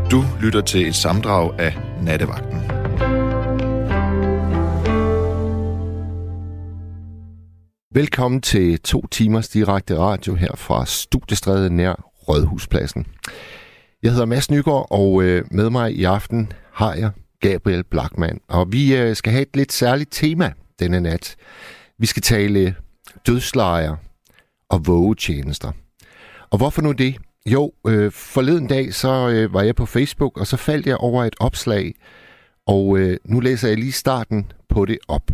Du lytter til et sammendrag af Nattevagten. Velkommen til 2 timers direkte radio her fra Studiestræde nær Rådhuspladsen. Jeg hedder Mads Nygaard, og med mig i aften har jeg Gabriel Blachmann. Og vi skal have et lidt særligt tema denne nat. Vi skal tale dødslejre og vågetjenester. Og hvorfor nu det? Jo, forleden dag så var jeg på Facebook, og så faldt jeg over et opslag, og nu læser jeg lige starten på det op.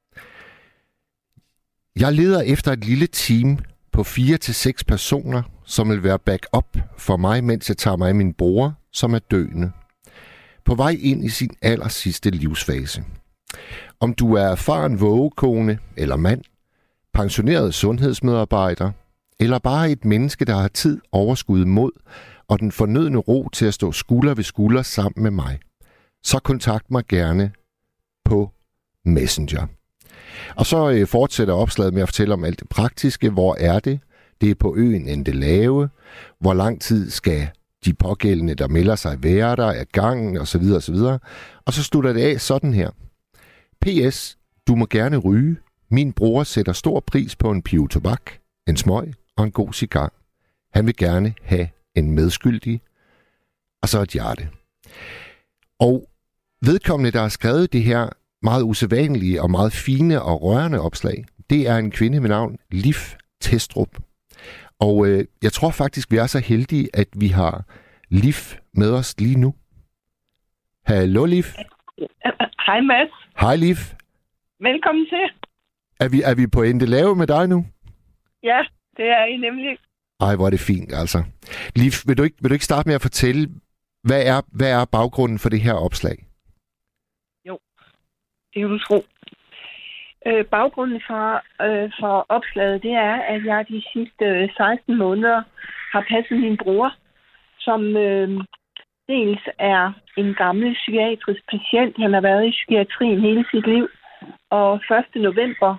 Jeg leder efter et lille team på 4 til 6 personer, som vil være backup for mig, mens jeg tager mig af min bror, som er døende. På vej ind i sin allersidste livsfase. Om du er erfaren vågekone eller mand, pensioneret sundhedsmedarbejder, eller bare et menneske, der har tid, overskud, mod og den fornødne ro til at stå skulder ved skulder sammen med mig, så kontakt mig gerne på Messenger. Og så fortsætter opslaget med at fortælle om alt det praktiske. Hvor er det? Det er på øen Endelave. Hvor lang tid skal de pågældende, der melder sig, være der af gangen, osv. osv. Og så slutter det af sådan her. PS. Du må gerne ryge. Min bror sætter stor pris på en pive tobak, en smøg og en god cigar. Han vil gerne have en medskyldig, og så et hjerte. Og vedkommende, der har skrevet det her meget usædvanlige og meget fine og rørende opslag, det er en kvinde med navn Liv Testrup. Og jeg tror faktisk, vi er så heldige, at vi har Liv med os lige nu. Hallo, Liv. Hej, Mads. Hej, Liv. Velkommen til. Er vi på Endelave med dig nu? Ja, det er I nemlig. Ej, hvor er det fint, altså. Liv, vil du ikke starte med at fortælle, hvad er baggrunden for det her opslag? Jo, det kan du tro. Baggrunden for opslaget, det er, at jeg de sidste 16 måneder har passet min bror, som dels er en gammel psykiatrisk patient. Han har været i psykiatrien hele sit liv. Og 1. november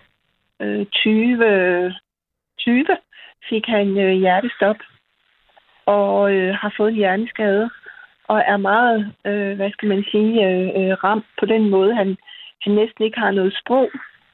2020 fik han hjertestop og har fået en hjerneskade og er meget, ramt på den måde. Han næsten ikke har noget sprog,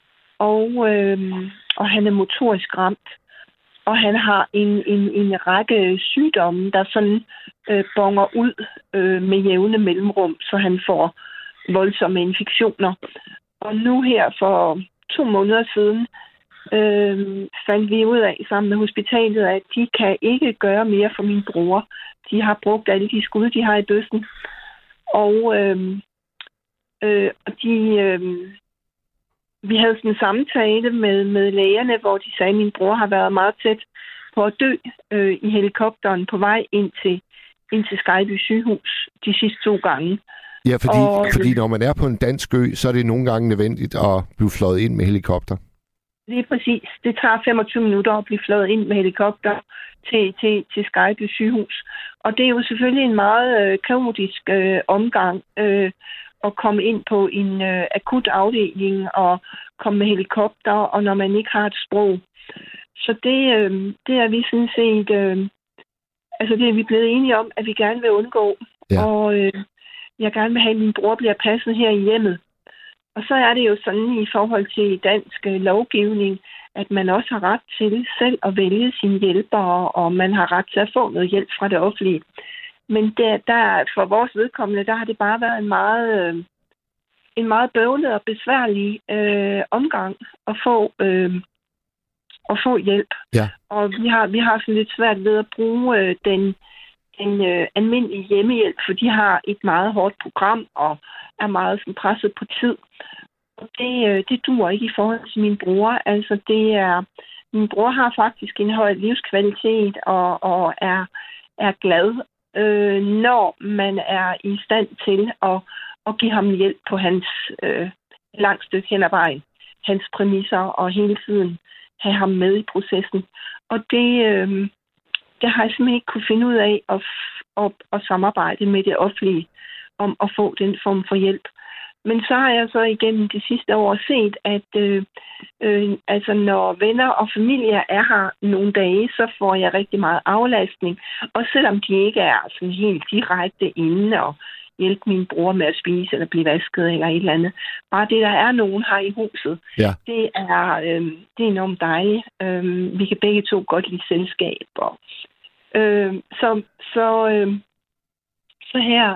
og han er motorisk ramt. Og han har en række sygdomme, der sådan bonger ud med jævne mellemrum, så han får voldsomme infektioner. Og nu her for 2 måneder siden fandt vi ud af sammen med hospitalet, at de kan ikke gøre mere for min bror. De har brugt alle de skud, de har i bøssen. Og vi havde sådan en samtale med lægerne, hvor de sagde, at min bror har været meget tæt på at dø i helikopteren på vej ind til Skejby sygehus de sidste 2 gange. Ja, fordi når man er på en dansk ø, så er det nogle gange nødvendigt at blive fløjet ind med helikopter. Lige præcis. Det tager 25 minutter at blive fløjet ind med helikopter til Skejby sygehus. Og det er jo selvfølgelig en meget kaotisk omgang at komme ind en på en akut afdeling og komme med helikopter, og når man ikke har et sprog. Så det er vi sådan set... det er vi blevet enige om, at vi gerne vil undgå. Ja. Og jeg gerne vil have, at min bror bliver passet her i hjemmet. Og så er det jo sådan i forhold til dansk lovgivning, at man også har ret til selv at vælge sine hjælpere, og man har ret til at få noget hjælp fra det offentlige. Men der for vores vedkommende, der har det bare været en meget bøvlet og besværlig omgang at få hjælp. Ja. Og vi har sådan lidt svært ved at bruge den almindelige hjemmehjælp, for de har et meget hårdt program og er meget sådan, presset på tid. Og det duer ikke i forhold til min bror. Altså min bror har faktisk en høj livskvalitet og er glad, når man er i stand til at give ham hjælp på hans langt stykke hen ad vejen, hans præmisser og hele tiden have ham med i processen. Og det har jeg simpelthen ikke kunne finde ud af at samarbejde med det offentlige om at få den form for hjælp. Men så har jeg så igennem de sidste år set, at altså når venner og familie er her nogle dage, så får jeg rigtig meget aflastning. Og selvom de ikke er sådan helt direkte inde og hjælpe min bror med at spise eller blive vasket eller et eller andet. Bare det, der er nogen her i huset, Ja. det er enormt dejligt. Vi kan begge to godt lide selskab. Og, så her...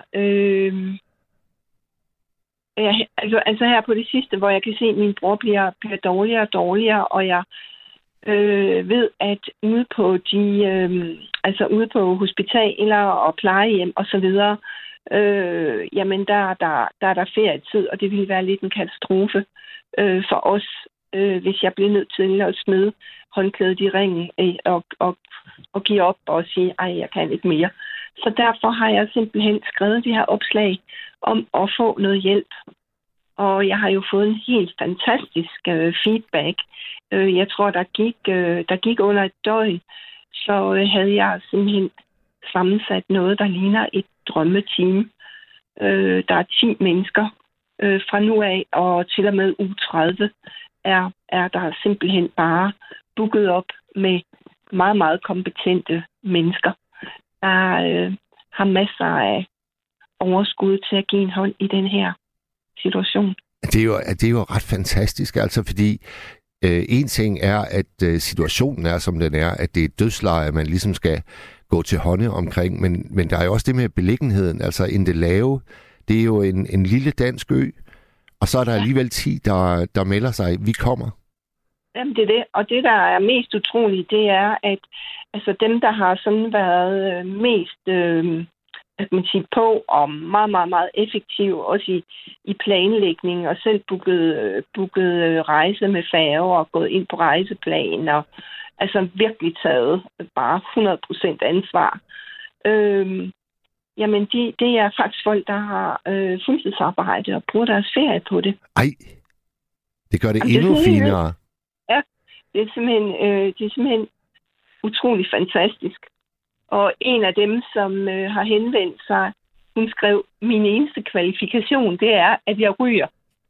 altså her på det sidste, hvor jeg kan se, at min bror bliver dårligere og dårligere, og jeg ved, at ude på hospitaler og plejehjem og så videre, jamen der er der ferietid, og det ville være lidt en katastrofe for os, hvis jeg bliver nødt til at smide håndklædet i ringen og give op og sige, ej, jeg kan ikke mere. Så derfor har jeg simpelthen skrevet de her opslag om at få noget hjælp. Og jeg har jo fået en helt fantastisk feedback. Jeg tror, der gik under et døgn, så havde jeg simpelthen sammensat noget, der ligner et drømmeteam. Der er 10 mennesker fra nu af, og til og med uge 30 er der simpelthen bare booket op med meget, meget kompetente mennesker, der har masser af overskud til at give en hånd i den her situation. Det er jo ret fantastisk, altså fordi en ting er, at situationen er, som den er, at det er et dødsleje, man ligesom skal gå til hånde omkring, men der er jo også det med beliggenheden, altså Endelave, det er jo en lille dansk ø, og så er der alligevel 10, der melder sig, vi kommer. Jamen det er det, og det der er mest utroligt, det er, at altså dem, der har sådan været mest på og meget, meget, meget effektiv, også i planlægning, og selv booket rejse med færge og gået ind på rejseplan, og altså virkelig taget bare 100% ansvar. Jamen det er faktisk folk, der har fuldtidsarbejde og bruger deres ferie på det. Ej, det gør det endnu finere. Ja, det er simpelthen utrolig fantastisk. Og en af dem, som har henvendt sig, hun skrev, min eneste kvalifikation, det er, at jeg ryger.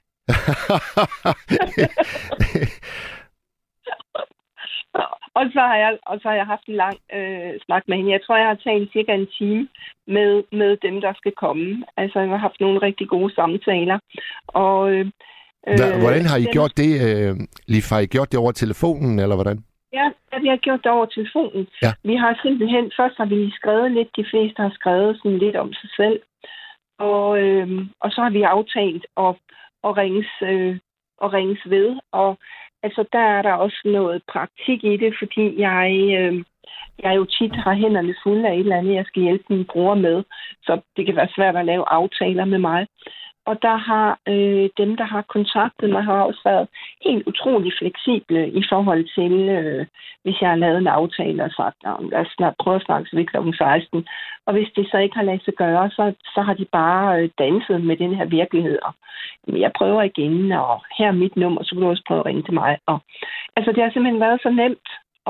og så har jeg haft en lang snak med hende. Jeg tror, jeg har talt cirka en time med dem, der skal komme. Altså, jeg har haft nogle rigtig gode samtaler. Og hvordan har I gjort det? Liv, har I gjort det over telefonen, eller hvordan? Ja, vi har gjort det over telefonen. Ja. Vi har simpelthen, først har vi skrevet lidt, de fleste har skrevet sådan lidt om sig selv. Og så har vi aftalt at ringes ved. Og altså, der er der også noget praktik i det, fordi jeg jo tit har hænderne fulde af et eller andet, jeg skal hjælpe min bror med. Så det kan være svært at lave aftaler med mig. Og der har dem, der har kontaktet mig, har også været helt utrolig fleksible i forhold til, hvis jeg har lavet en aftale og sagt, lad os snart prøve at snakke ved kl. 16. Og hvis det så ikke har ladet sig gøre, så har de bare danset med den her virkelighed. Og jeg prøver igen, og her er mit nummer, så kan du også prøve at ringe til mig. Og, altså, det har simpelthen været så nemt,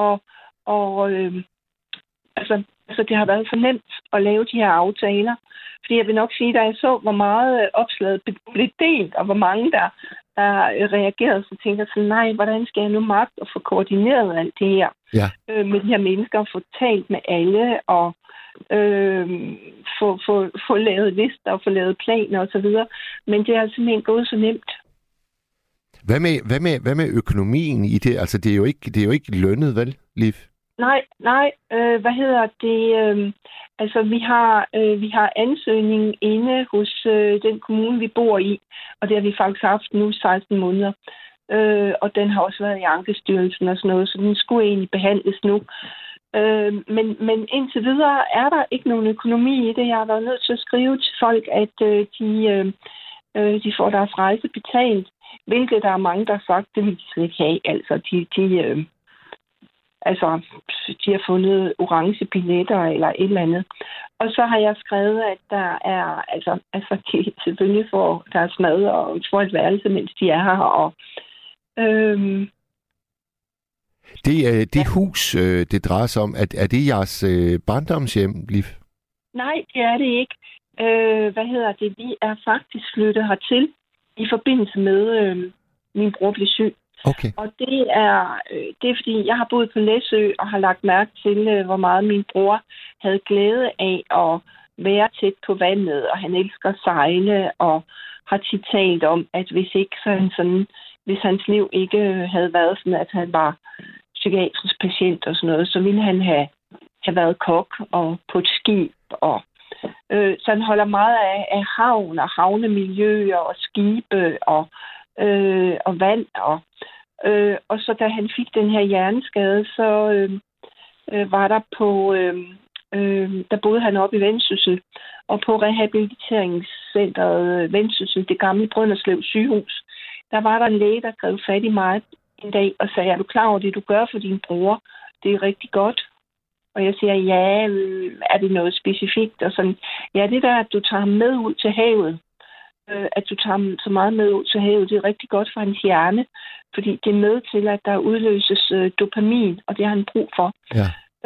altså, det har været så nemt at lave de her aftaler. Fordi jeg vil nok sige, da jeg så, hvor meget opslaget blev delt, og hvor mange der reagerede, så tænkte jeg sådan, nej, hvordan skal jeg nu magte at få koordineret alt det her med de her mennesker, og få talt med alle, og få lavet lister, og få lavet planer osv. Men det har simpelthen gået så nemt. Hvad med økonomien i det? Altså, det er jo ikke lønnet, vel, Liv? Nej, hvad hedder det? Altså, vi har ansøgningen inde hos den kommune, vi bor i, og det har vi faktisk haft nu 16 måneder. Og den har også været i Ankestyrelsen og sådan noget, så den skulle egentlig behandles nu. Men indtil videre er der ikke nogen økonomi i det. Jeg har været nødt til at skrive til folk, at de får deres rejse betalt, hvilket der er mange, der har sagt, det vil de slet ikke have. Altså, de har fundet orange billetter eller et eller andet. Og så har jeg skrevet, at der er, de selvfølgelig får deres mad og får et værelse, mens de er her. Og, det hus, det drejer sig om, er det jeres barndomshjem, Liv? Nej, det er det ikke. Vi er faktisk flyttet hertil i forbindelse med min bror blev syg. Okay. Og det er fordi, jeg har boet på Læsø og har lagt mærke til, hvor meget min bror havde glæde af at være tæt på vandet, og han elsker at sejle, og har tit talt om, at hvis hans liv ikke havde været sådan, at han var psykiatrisk patient og sådan noget, så ville han have været kok og på et skib. Så han holder meget af havn og havnemiljøer og skibe og vand. Og så da han fik den her hjerneskade, så var der der boede han oppe i Vendsyssel, og på rehabiliteringscenteret Vendsyssel, det gamle Brønderslev sygehus, der var der en læge, der greb fat i mig en dag og sagde, er du klar over det, du gør for din bror? Det er rigtig godt. Og jeg siger, ja, er det noget specifikt? Og sådan, ja, det der, at du tager ham med ud til havet, at du tager ham så meget med ud til havet, det er rigtig godt for hans hjerne, fordi det er med til, at der udløses dopamin, og det har han brug for. Ja.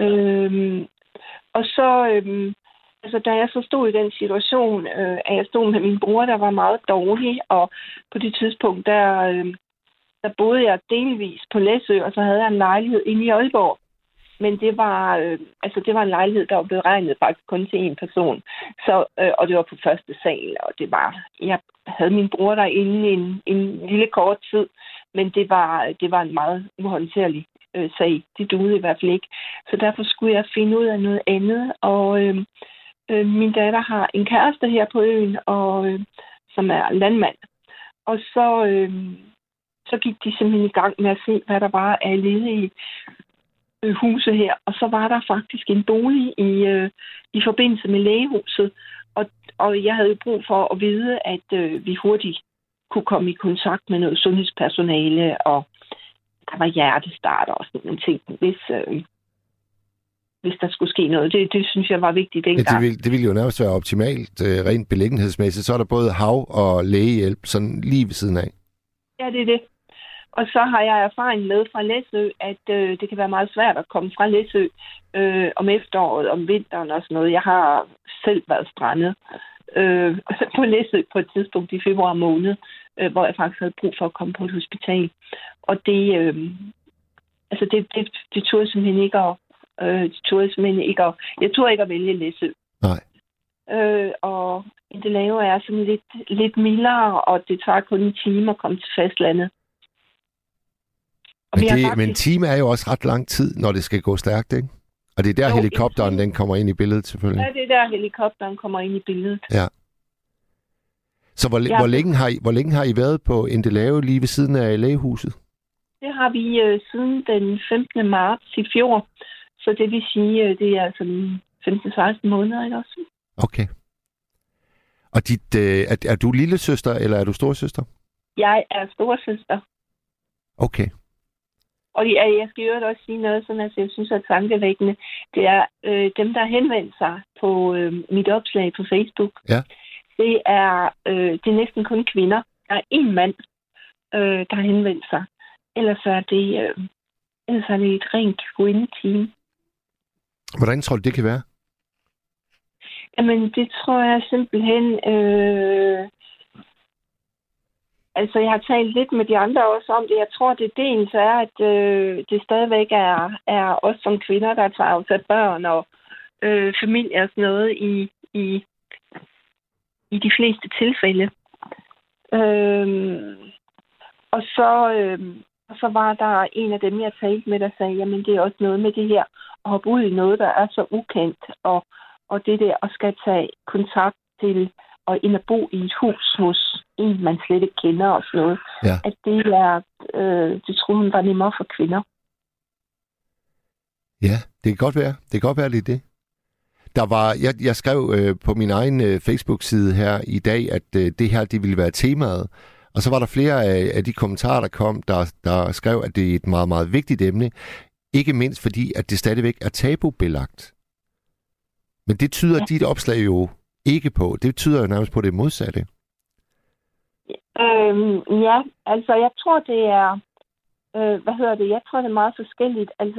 Og så, da jeg så stod i den situation, at jeg stod med min bror, der var meget dårlig, og på det tidspunkt, der boede jeg delvis på Læsø, og så havde jeg en lejlighed inde i Aalborg. Men det var en lejlighed, der var beregnet faktisk kun til en person. Så, og det var på første sal, og jeg havde min bror derinde en lille kort tid, men det var en meget uhåndterlig sag. Det duede i hvert fald ikke. Så derfor skulle jeg finde ud af noget andet, og min datter har en kæreste her på øen, som er landmand. Og så gik de simpelthen i gang med at se, hvad der var af ledige huse her, og så var der faktisk en bolig i forbindelse med lægehuset, og jeg havde brug for at vide, at vi hurtigt kunne komme i kontakt med noget sundhedspersonale, og der var hjertestarter og sådan nogle ting, hvis der skulle ske noget. Det synes jeg var vigtigt dengang. Ja, det ville jo nærmest være optimalt, rent beliggenhedsmæssigt. Så er der både hav og lægehjælp, sådan lige ved siden af. Ja, det er det. Og så har jeg erfaring med fra Læsø, at det kan være meget svært at komme fra Læsø om efteråret, om vinteren og sådan noget. Jeg har selv været strandet på Læsø på et tidspunkt i februar måned, hvor jeg faktisk havde brug for at komme på et hospital. Og det tog jeg simpelthen ikke jeg tog ikke at vælge Læsø. Nej. Og det lave er sådan lidt mildere, og det tager kun en time at komme til fastlandet. Men time er jo også ret lang tid, når det skal gå stærkt, ikke? Og det er der helikopteren, den kommer ind i billedet, selvfølgelig. Ja, det er der helikopteren kommer ind i billedet. Ja. Så hvor længe har I været på Endelave lige ved siden af lægehuset? Det har vi siden den 15. marts i fjor. Så det vil sige, det er sådan 15-16 måneder, ikke også? Okay. Og er du lillesøster, eller er du storesøster? Jeg er storesøster. Okay. Og jeg skal jo også sige noget, sådan, jeg synes er tankevækkende. Det er dem, der henvender sig på mit opslag på Facebook. Ja. Det er næsten kun kvinder. Der er én mand, der har henvendt sig. Ellers er det et rent kvindeteam. Hvordan tror du, det kan være? Jamen, det tror jeg simpelthen... jeg har talt lidt med de andre også om det. Jeg tror, det dels er, at det stadigvæk er os som kvinder, der tager afsat børn og familie og sådan noget i de fleste tilfælde. Og så var der en af dem, jeg talte med, der sagde, jamen det er også noget med det her at hoppe ud i noget, der er så ukendt, og det der at skal tage kontakt til og ind og bo i et hus hos en, man slet ikke kender og sådan noget. Ja. At det tror hun var nemmere for kvinder. Ja, det kan godt være. Det kan godt være lidt det. Jeg skrev på min egen Facebook-side her i dag, at det her, det ville være temaet. Og så var der flere af de kommentarer, der kom, der skrev, at det er et meget, meget vigtigt emne. Ikke mindst fordi, at det stadigvæk er tabubelagt. Men det tyder dit opslag jo ikke på. Det tyder jo nærmest på det modsatte. Ja, altså jeg tror, det er... Jeg tror, det er meget forskelligt. Altså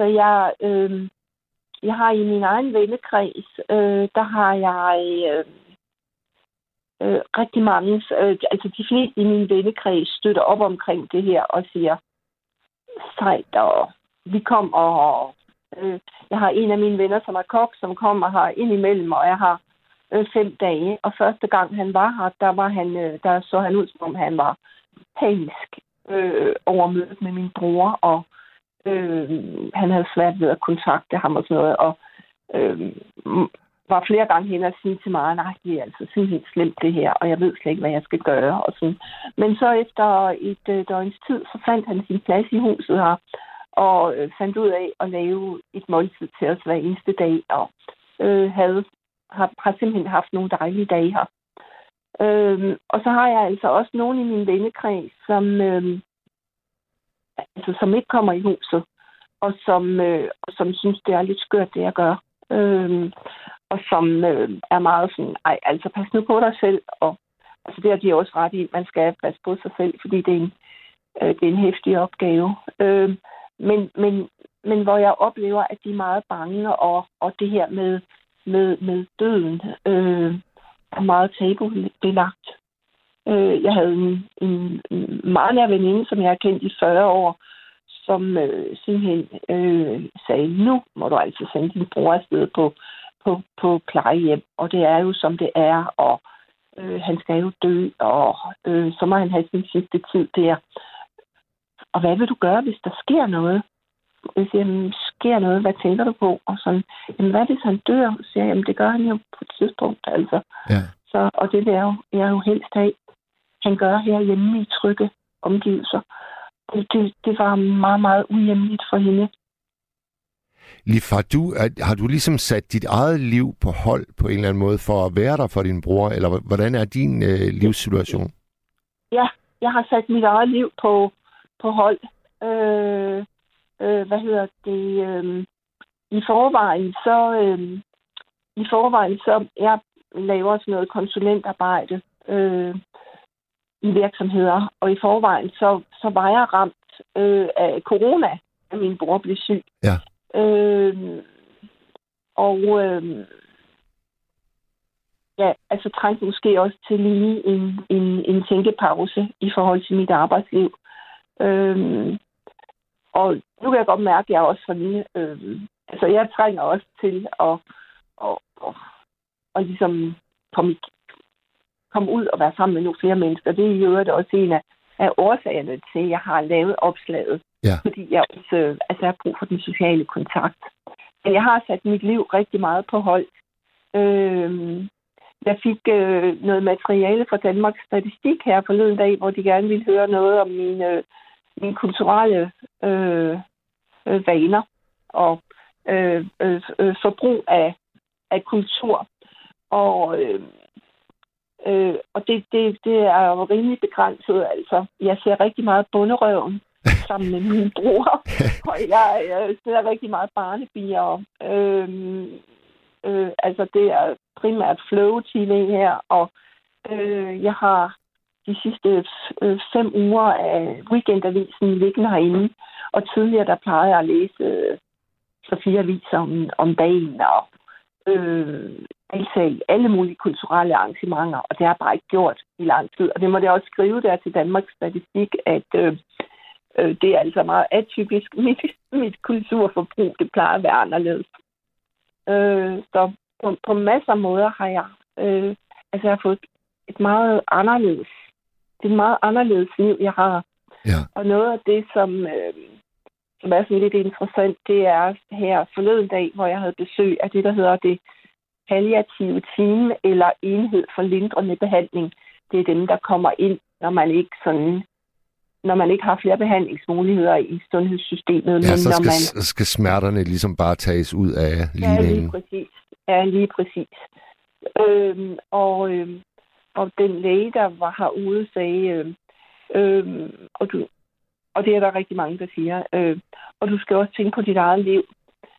jeg har i min egen vennekreds, der har jeg rigtig mange, altså de fleste i min vennekreds støtter op omkring det her og siger, sejt, og vi kom, og jeg har en af mine venner, som er kok, som kommer her indimellem, og jeg har 5 dage, og første gang han var her, der så han ud, som om han var panisk over mødet med min bror, og han havde svært ved at kontakte ham og sådan noget, og var flere gange hen og sige til mig, nej, det er altså simpelthen slemt det her, og jeg ved slet ikke, hvad jeg skal gøre. Og sådan. Men så efter et døgns tid, så fandt han sin plads i huset her, og fandt ud af at lave et måltid til os hver eneste dag, og har simpelthen haft nogle dejlige dage her. Og så har jeg altså også nogen i min vennekreds, som ikke kommer i huset, og som synes, det er lidt skørt, det jeg gør. Og som er meget sådan, altså pas nu på dig selv, og altså det har de også ret i, man skal passe på sig selv, fordi det er en heftig opgave. Men hvor jeg oplever, at de er meget bange, og det her med døden er meget tabubelagt. Jeg havde en meget nær veninde, som jeg har kendt i 40 år, som simpelthen sagde, nu må du altså sende din bror afsted på plejehjem, og det er jo som det er, og han skal jo dø, og så må han have sin sidste tid der. Og hvad vil du gøre, hvis der sker noget? Hvis der sker noget, hvad tænker du på? Og sådan, jamen hvad hvis han dør? Så siger jeg, jamen det gør han jo på et tidspunkt, altså. Ja. Så, og det vil jeg jo helst have, han gør herhjemme i trygge omgivelser. Det var meget, meget uhjemmeligt for hende. Liv, har du ligesom sat dit eget liv på hold på en eller anden måde for at være der for din bror, eller hvordan er din livssituation? Ja, jeg har sat mit eget liv på hold. I forvejen så jeg laver sådan noget konsulentarbejde i virksomheder, og i forvejen så var jeg ramt af corona, at min bror blev syg. Ja. Altså trængte måske også til lige en tænkepause i forhold til mit arbejdsliv. Og nu kan jeg godt mærke, at jeg også for lige, altså jeg trænger også til at ligesom komme ud og være sammen med nogle flere mennesker. Det er jo også en af årsagerne til, at jeg har lavet opslaget. Ja. Fordi jeg også har brug for den sociale kontakt. Men jeg har sat mit liv rigtig meget på hold. Jeg fik noget materiale fra Danmarks Statistik her forleden dag, hvor de gerne ville høre noget om mine kulturelle vaner og forbrug af kultur. Og det er jo rimelig begrænset. Altså, jeg ser rigtig meget Bonderøven sammen med min bror, og jeg ser rigtig meget barnebier. Altså, det er primært Flow-TV her, og jeg har de sidste 5 uger af Weekendavisen liggende herinde, og tidligere der plejede jeg at læse 4 aviser om dagen, og deltage i alle mulige kulturelle arrangementer, og det har jeg bare ikke gjort i lang tid. Og det må jeg også skrive der til Danmarks Statistik, at det er altså meget atypisk. Mit kulturforbrug, det plejer at være anderledes. Så på masser af måder har jeg jeg har fået et meget anderledes liv, jeg har. Ja. Og noget af det, som er sådan lidt interessant, det er her forleden dag, hvor jeg havde besøg af det, der hedder det palliative team, eller enhed for lindrende behandling. Det er dem, der kommer ind, når man ikke har flere behandlingsmuligheder i sundhedssystemet. Ja, men så skal smerterne ligesom bare tages ud af ligningen. Ja, lige præcis. Og den læge, der var herude, sagde, og det er der rigtig mange, der siger, og du skal også tænke på dit eget liv.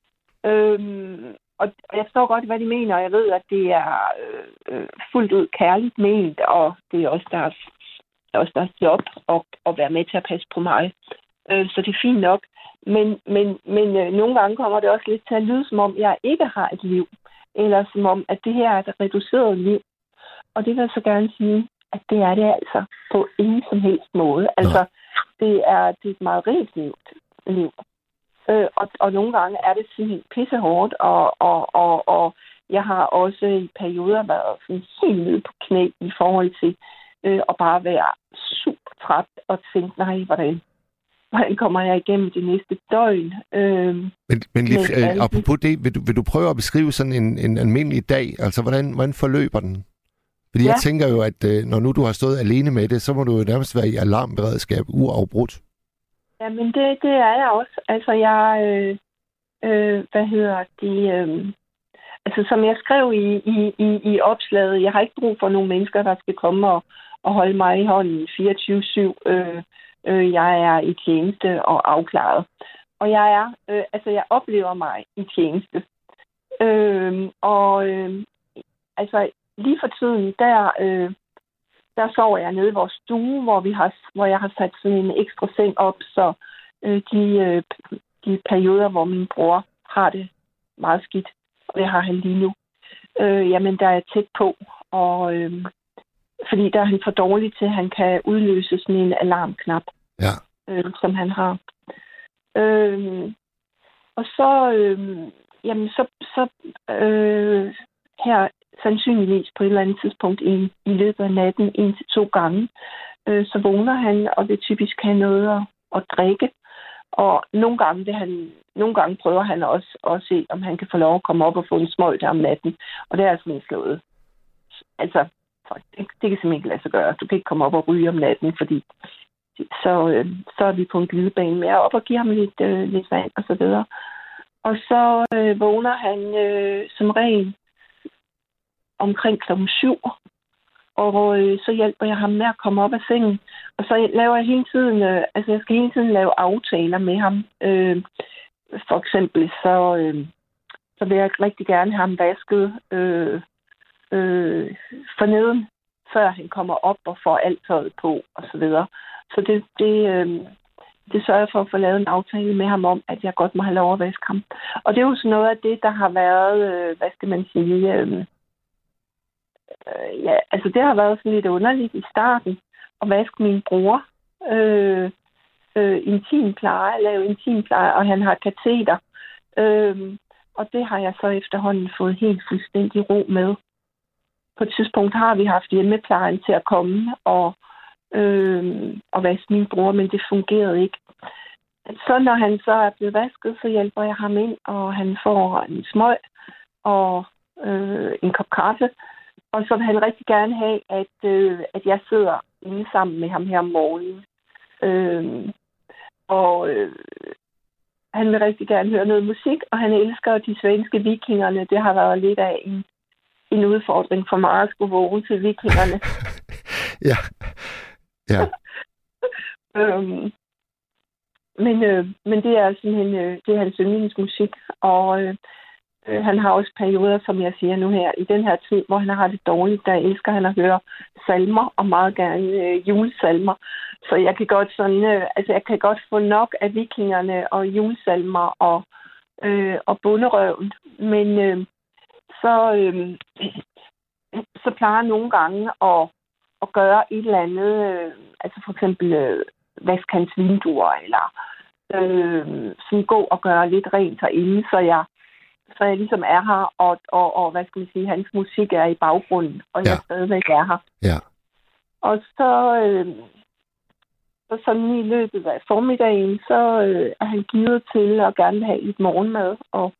Og jeg forstår godt, hvad de mener, og jeg ved, at det er fuldt ud kærligt ment, og det er også deres job at være med til at passe på mig. Så det er fint nok. Men nogle gange kommer det også lidt til at lyde, som om jeg ikke har et liv, eller som om, at det her er et reduceret liv. Og det vil jeg så gerne sige, at det er det altså på ingen som helst måde. Altså, det er et meget rigt liv. Og nogle gange er det simpelthen pissehårdt, og jeg har også i perioder været sådan helt nede på knæ i forhold til at bare være super træt og tænke, nej, hvordan kommer jeg igennem det næste døgn? Men apropos det, vil du prøve at beskrive sådan en almindelig dag? Altså, hvordan forløber den? Fordi jeg tænker jo, at når nu du har stået alene med det, så må du jo nærmest være i alarmberedskab uafbrudt. Jamen, det er jeg også. Altså, jeg... altså, som jeg skrev i opslaget, jeg har ikke brug for nogle mennesker, der skal komme og holde mig i hånden 24/7. Jeg er i tjeneste og afklaret. Og jeg oplever mig i tjeneste. Altså, lige for tiden, der sover jeg nede i vores stue, hvor jeg har sat sådan en ekstra seng op, så de perioder, hvor min bror har det meget skidt, og det har han lige nu, jamen der er jeg tæt på, og fordi der er han for dårlig til, at han kan udløse sådan en alarmknap, som han har. Og så, her sandsynligvis på et eller andet tidspunkt i løbet af natten 1 til 2 gange, så vågner han, og vil typisk have noget at drikke. Og nogle gange prøver han også at se, om han kan få lov at komme op og få en smøg der om natten. Og det er sådan slået. Altså, det kan simpelthen ikke lade sig gøre. Du kan ikke komme op og ryge om natten, fordi så er vi på en glidebane med op og give ham lidt vand og så videre. Og så vågner han som regel omkring 7:00, og så hjælper jeg ham med at komme op af sengen. Og så laver jeg hele tiden, jeg skal hele tiden lave aftaler med ham. For eksempel, så vil jeg rigtig gerne have ham vasket forneden, før han kommer op og får alt tøjet på, og så videre. Så det sørger jeg for at få lavet en aftale med ham om, at jeg godt må have lov at vaske ham. Og det er jo sådan noget af det, der har været, hvad skal man sige... altså det har været sådan lidt underligt i starten at vaske min bror intimpleje, lave intimpleje, og han har kateter. Og det har jeg så efterhånden fået helt fuldstændig ro med. På et tidspunkt har vi haft hjemmeplejen til at komme og vaske min bror, men det fungerede ikke. Så når han så er blevet vasket, så hjælper jeg ham ind, og han får en smøg og en kop kaffe. Og så vil han rigtig gerne have, at jeg sidder inde sammen med ham her om morgenen. Han vil rigtig gerne høre noget musik, og han elsker de svenske vikingerne. Det har været lidt af en udfordring for mig at skulle vågne til vikingerne. Ja. Men det er simpelthen det er hans yndlingsmusik, og han har også perioder, som jeg siger nu her, i den her tid, hvor han har det dårligt, der elsker han at høre salmer, og meget gerne julesalmer. Så jeg kan godt jeg kan godt få nok af vikingerne og julesalmer og bonderøven, men så plejer jeg nogle gange at gøre et eller andet, altså for eksempel vaske hans vinduer, eller sådan gå og gøre lidt rent herinde, så jeg ligesom er her, og hvad skal man sige, hans musik er i baggrunden, og jeg stadigvæk er her. Ja. Og så sådan i løbet af formiddagen, så er han givet til at gerne have lidt morgenmad, og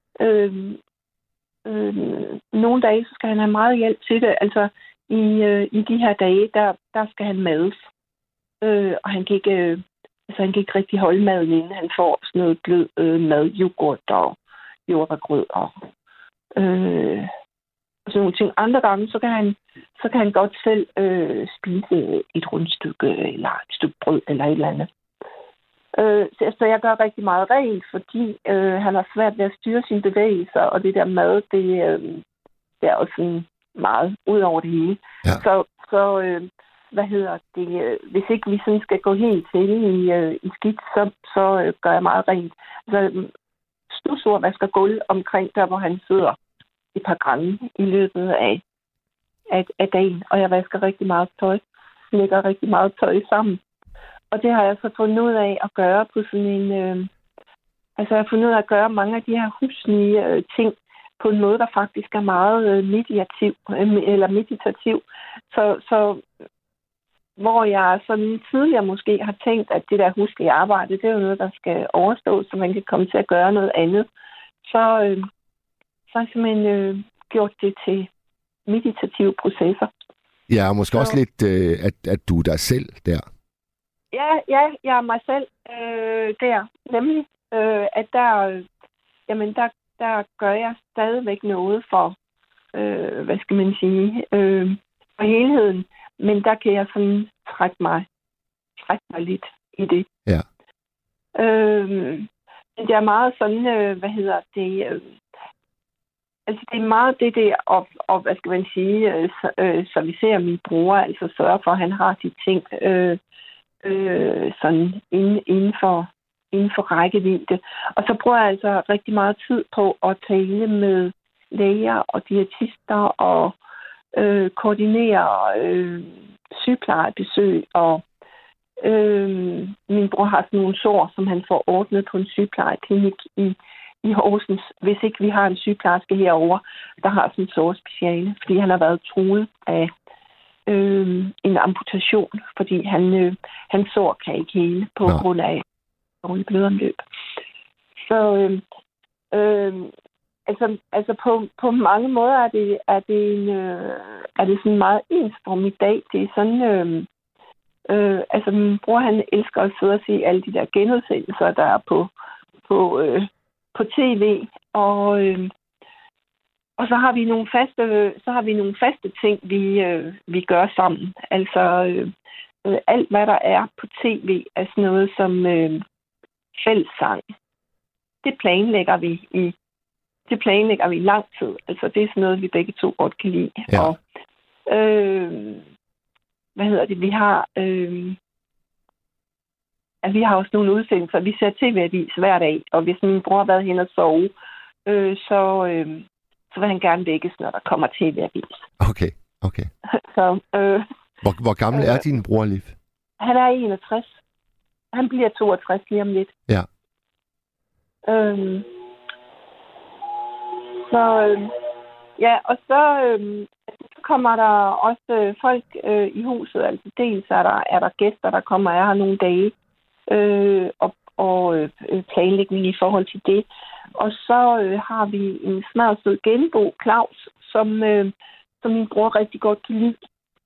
nogle dage, så skal han have meget hjælp til det. Altså, i de her dage, der skal han mades. Og han kan ikke rigtig holde maden, inden han får sådan noget blød mad, yoghurt og jordbærgrød og sådan nogle ting. Andre gange, så kan han godt selv spise et rundstykke, eller et stykke brød, eller et eller andet. Så jeg gør rigtig meget rent, fordi han har svært ved at styre sine bevægelser, og det der mad, det er også sådan meget ud over det hele. Ja. Så hvis ikke vi sådan skal gå helt til i skidt, så gør jeg meget rent. Altså, støvsuger vasker gulv omkring der, hvor han sidder et par gange i løbet af af dagen, og jeg vasker rigtig meget tøj. Jeg lægger rigtig meget tøj sammen. Og det har jeg så fundet ud af at gøre på sådan en... jeg har fundet ud af at gøre mange af de her huslige ting på en måde, der faktisk er meget meditativ. Så hvor jeg sådan tidligere måske har tænkt, at det der huslige arbejde, det er jo noget, der skal overstås, så man kan komme til at gøre noget andet. Så har jeg simpelthen gjort det til meditative processer. Ja, og måske også lidt, at du er dig selv der. Ja, jeg er mig selv der. Nemlig, at der gør jeg stadigvæk noget for, for helheden. Men der kan jeg sådan trække mig lidt i det. Ja. Det er meget sådan, det er meget det der, og så vi ser min bror, altså sørge for, at han har de ting sådan inden for rækkevidde. Og så bruger jeg altså rigtig meget tid på at tale med læger og diætister og koordinere sygeplejebesøg, og min bror har sådan nogle sår, som han får ordnet på en sygeplejeklinik i Horsens, hvis ikke vi har en sygeplejerske herovre, der har sådan et sårspeciale, fordi han har været truet af en amputation, fordi han sår kan ikke hele på grund af dårlig blodomløb. Så på mange måder er det sådan meget ensform i dag. Det er sådan, min bror, han elsker at sidde og se alle de der genudsendelser, der er på tv, og så har vi nogle faste ting, vi gør sammen. Altså alt hvad der er på tv er sådan noget som fællessang. Det planlægger vi i lang tid. Altså det er sådan noget vi begge to godt kan lide. Ja. Og vi har vi har også nogle udsendelser. Vi ser tv-avis hver dag, og hvis min bror har været hen og sove, så vil han gerne vækkes, når der kommer tv-avis. Okay. Så, hvor gammel er din bror, Liv? Han er 61. Han bliver 62 lige om lidt. Ja. Og så kommer der også folk i huset. Altså dels er der gæster, der kommer og er her nogle dage, og planlægning i forhold til det. Og så har vi en smadsød genbo, Claus, som min bror rigtig godt kan lide.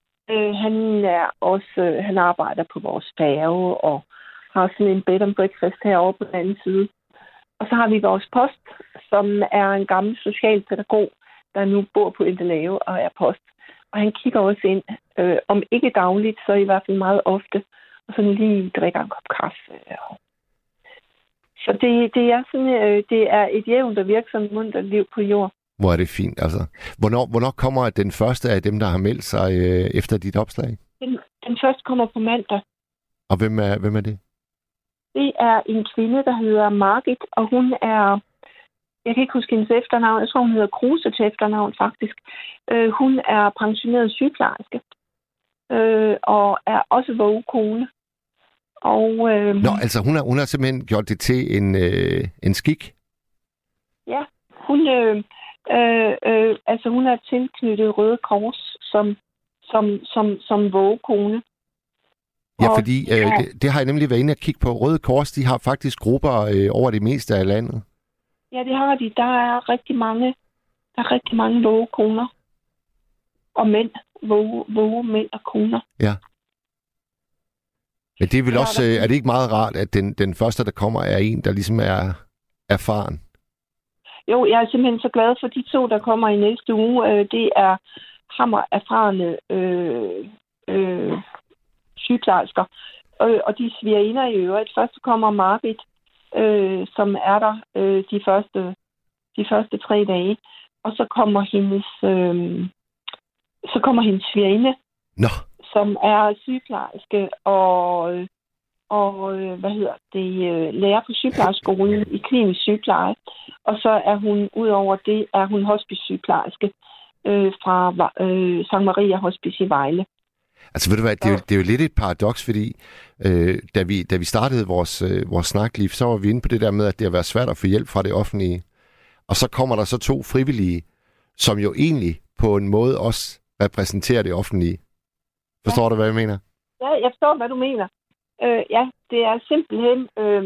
Han arbejder på vores færge og har sådan en bed and breakfast herovre på den anden side. Og så har vi vores post, som er en gammel socialpædagog, der nu bor på Endelave og er post. Og han kigger også ind, om ikke dagligt, så i hvert fald meget ofte, og sådan lige drikker en kop kaffe. Så det er sådan, det er et jævnt og virksomt mundt liv på jord. Hvor er det fint, altså. Hvornår kommer den første af dem, der har meldt sig efter dit opslag? Den første kommer på mandag. Og hvem er det? Det er en kvinde, der hedder Margit, og hun er... Jeg kan ikke huske hendes efternavn. Jeg tror, hun hedder Kruse til efternavn, faktisk. Hun er pensioneret sygeplejerske. Og er også vågekone. Altså hun har simpelthen gjort det til en skik? Ja, hun er tilknyttet Røde Kors som vågekone. Ja, fordi det har jeg nemlig været inde og kigge på. Røde Kors, de har faktisk grupper over det meste af landet. Ja, det har de. Der er rigtig mange vågekoner. Og mænd. Vågemænd og koner. Ja. Men det er vel også... Er det ikke meget rart, at den første, der kommer, er en, der ligesom er erfaren? Jo, jeg er simpelthen så glad for de to, der kommer i næste uge. Det er hammer erfarne sygeplejersker. Og de svigerinder i øvrigt. Først kommer Margit, som er der de første 3 dage. Og så kommer hendes svigerinde, som er sygeplejerske og lærer på sygeplejerskolen i klinisk sygepleje. Og så er hun, udover det, er hun hospice-sygeplejerske. fra Sankt Maria Hospice i Vejle. Altså ved du hvad, det er jo lidt et paradoks, fordi da vi startede vores snakliv, så var vi inde på det der med, at det har været svært at få hjælp fra det offentlige. Og så kommer der så 2 frivillige, som jo egentlig på en måde også repræsenterer det offentlige. Forstår du, hvad jeg mener? Ja, jeg forstår, hvad du mener. Ja, det er simpelthen...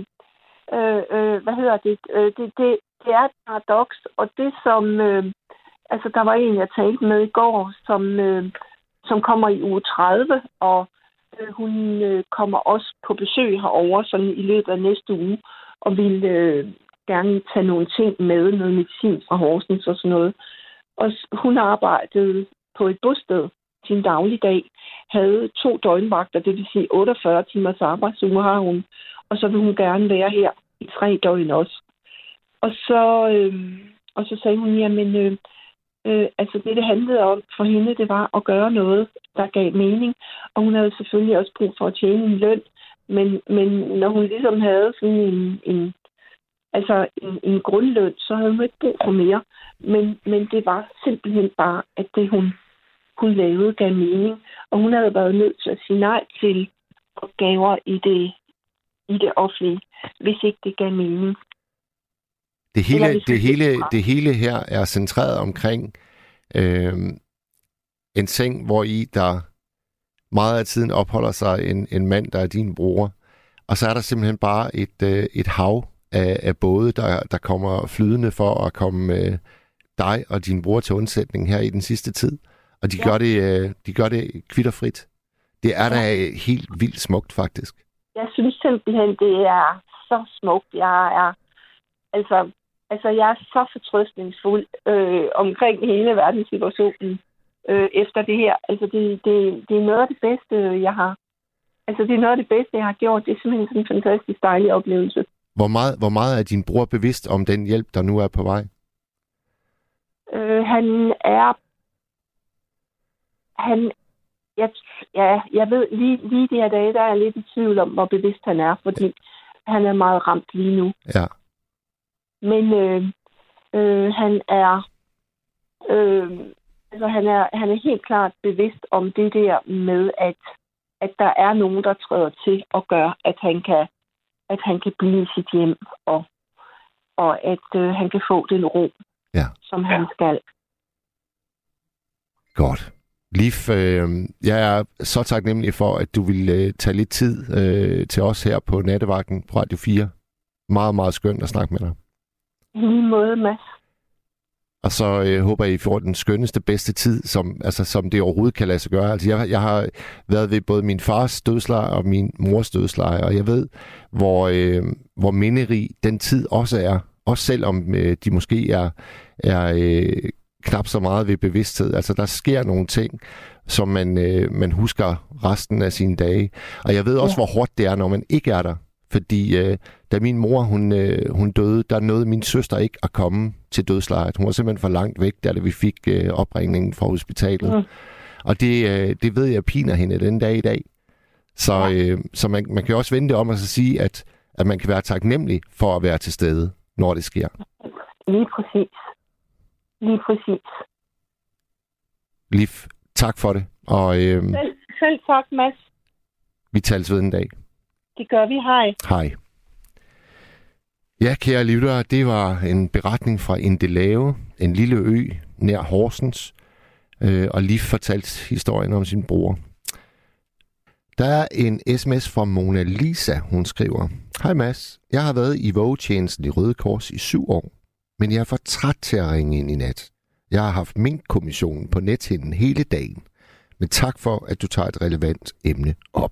det er et paradoks, og det som... altså, der var en, jeg talte med i går, som kommer i uge 30, og hun kommer også på besøg herover sådan i løbet af næste uge, og vil gerne tage nogle ting med, noget medicin fra Horsens og sådan noget. Og hun arbejdede på et bosted sin dagligdag, havde 2 døgnvagter, det vil sige 48 timers arbejdsuge har hun, og så vil hun gerne være her i 3 døgn også. Og så sagde hun, jamen, altså det handlede om for hende, det var at gøre noget, der gav mening, og hun havde selvfølgelig også brug for at tjene en løn, men når hun ligesom havde sådan en grundløn, så havde hun ikke brug for mere. Men det var simpelthen bare, at det hun lavede gav mening, og hun havde været nødt til at sige nej til opgaver i det offentlige, hvis ikke det gav mening. Det hele her er centreret omkring en seng, hvor i der meget af tiden opholder sig en mand, der er din bror. Og så er der simpelthen bare et hav af både, der kommer flydende for at komme dig og din bror til undsætning her i den sidste tid. Og de gør det kvitterfrit. Det er da helt vildt smukt, faktisk. Jeg synes simpelthen, det er så smukt. Jeg er så fortrøstningsfuld omkring hele verdenssituationen efter det her. Altså, det er noget af det bedste, jeg har. Altså, det er noget af det bedste, jeg har gjort. Det er simpelthen sådan en fantastisk dejlig oplevelse. Hvor meget er din bror bevidst om den hjælp, der nu er på vej? Jeg ved lige de her dage, der er lidt i tvivl om, hvor bevidst han er, fordi han er meget ramt lige nu. Ja. Men han er helt klart bevidst om det der med, at der er nogen, der træder til og gør, at han kan blive i sit hjem, og at han kan få den ro, som han skal. Godt. Liv, jeg er så taknemmelig for, at du vil tage lidt tid til os her på Nattevagten på Radio 4. Meget, meget skønt at snakke med dig. I lige måde, Mads. Og så håber jeg, I får den skønneste, bedste tid, som det overhovedet kan lade sig gøre. Altså, jeg har været ved både min fars dødsleje og min mors dødsleje, og jeg ved, hvor minderig den tid også er. Også selvom de måske er knap så meget ved bevidsthed. Altså, der sker nogle ting, som man husker resten af sine dage. Og jeg ved også, hvor hårdt det er, når man ikke er der. Fordi da min mor hun døde, der nåede min søster ikke at komme til dødslejet. Hun var simpelthen for langt væk, da vi fik opringningen fra hospitalet. Og det ved jeg piner hende den dag i dag. Så man kan også vende det om og så sige, at man kan være taknemmelig for at være til stede, når det sker. Lige præcis. Lige præcis. Liv, tak for det. Og, selv tak, Mads. Vi tales ved en dag. Det gør vi. Hej. Hej. Ja, kære lyttere, det var en beretning fra Indelave, en lille ø nær Horsens, og Liv fortalte historien om sin bror. Der er en sms fra Mona Lisa, hun skriver: Hej Mads, jeg har været i vågetjenesten i Røde Kors i 7 år, men jeg er for træt til at ringe ind i nat. Jeg har haft minkkommissionen på nethinden hele dagen, men tak for, at du tager et relevant emne op.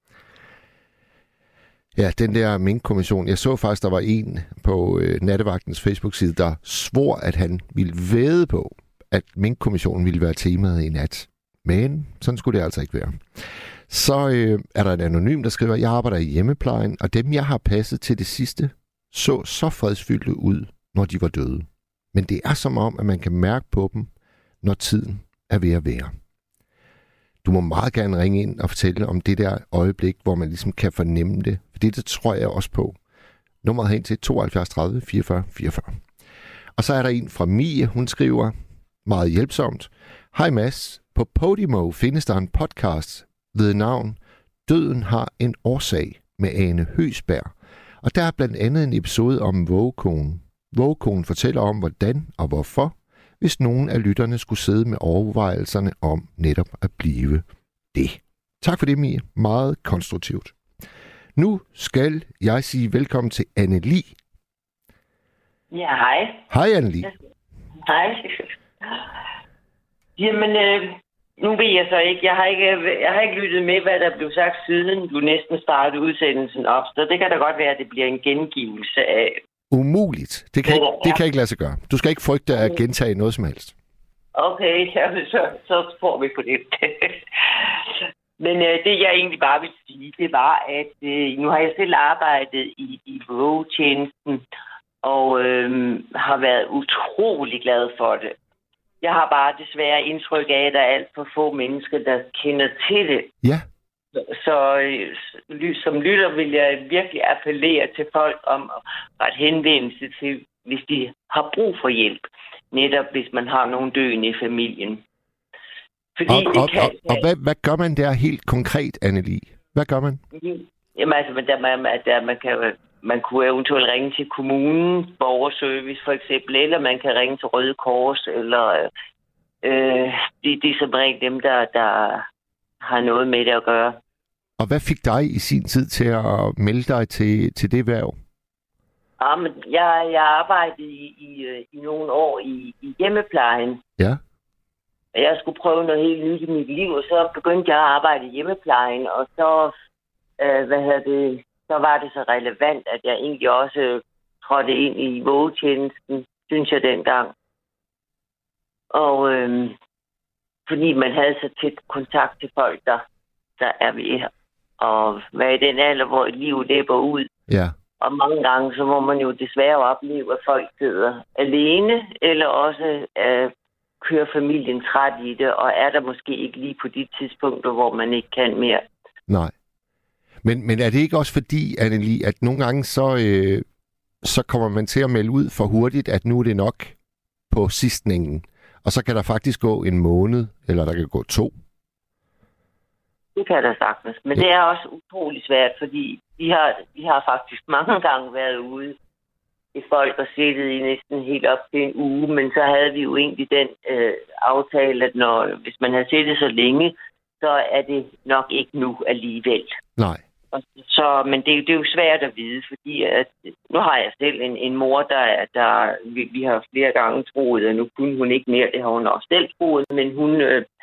Ja, den der minkkommission. Jeg så faktisk, der var en på Nattevagtens Facebook-side, der svor, at han ville vædde på, at minkkommissionen ville være temaet i nat. Men sådan skulle det altså ikke være. Så er der en anonym, der skriver: Jeg arbejder i hjemmeplejen, og dem, jeg har passet til det sidste, så fredsfyldte ud, når de var døde. Men det er som om, at man kan mærke på dem, når tiden er ved at være. Du må meget gerne ringe ind og fortælle om det der øjeblik, hvor man ligesom kan fornemme det. For det tror jeg også på. Nummeret hen til 72 30 44 44. Og så er der en fra Mie, hun skriver: Meget hjælpsomt. Hej Mads. På Podimo findes der en podcast ved navn Døden har en årsag med Ane Høgsberg. Og der er blandt andet en episode om vågekonen. Vågekonen fortæller om, hvordan og hvorfor, hvis nogen af lytterne skulle sidde med overvejelserne om netop at blive det. Tak for det, Mie. Meget konstruktivt. Nu skal jeg sige velkommen til Anne-Li. Ja, hej. Hej, Anne-Li. Hej. Jamen, nu ved jeg så ikke. Jeg har ikke lyttet med, hvad der blev sagt siden du næsten startede udsendelsen op. Så det kan da godt være, at det bliver en gengivelse af... Umuligt. Det kan ikke lade sig gøre. Du skal ikke frygte at gentage noget som helst. Okay, så får vi på det. Men det, jeg egentlig bare vil sige, det var, at nu har jeg selv arbejdet i vågetjenesten, og har været utrolig glad for det. Jeg har bare desværre indtryk af, at der er alt for få mennesker, der kender til det. Ja. Så som lytter vil jeg virkelig appellere til folk om at henvende sig til, hvis de har brug for hjælp. Netop hvis man har nogle døende i familien. Fordi og hvad gør man der helt konkret, Anne-Li? Hvad gør man? Jamen altså, man kunne eventuelt ringe til kommunen, borgerservice for eksempel, eller man kan ringe til Røde Kors, eller det er som regel dem, der har noget med det at gøre. Og hvad fik dig i sin tid til at melde dig til det hverv? Men jeg arbejdede i nogle år i hjemmeplejen. Ja. Jeg skulle prøve noget helt nyt i mit liv, og så begyndte jeg at arbejde i hjemmeplejen, og så, så var det så relevant, at jeg egentlig også trådte ind i vågetjenesten, synes jeg dengang. Og fordi man havde så tæt kontakt til folk, der er ved og være i den alder, hvor et liv løber ud. Ja. Og mange gange, så må man jo desværre opleve, at folk sidder alene, eller også kører familien træt i det, og er der måske ikke lige på de tidspunkter, hvor man ikke kan mere. Nej. Men er det ikke også fordi, Anne-Li, at nogle gange så kommer man til at melde ud for hurtigt, at nu er det nok på sidstningen, og så kan der faktisk gå en måned, eller der kan gå 2? Det kan der sagtens, men det er også utrolig svært, fordi vi har faktisk mange gange været ude i folk og siddet i næsten helt op til en uge, men så havde vi jo egentlig den aftale, at hvis man har siddet så længe, så er det nok ikke nu alligevel. Nej. Men det er jo svært at vide, fordi nu har jeg selv en mor, der vi har flere gange troet, at nu kunne hun ikke mere, det har hun også selv troet, men hun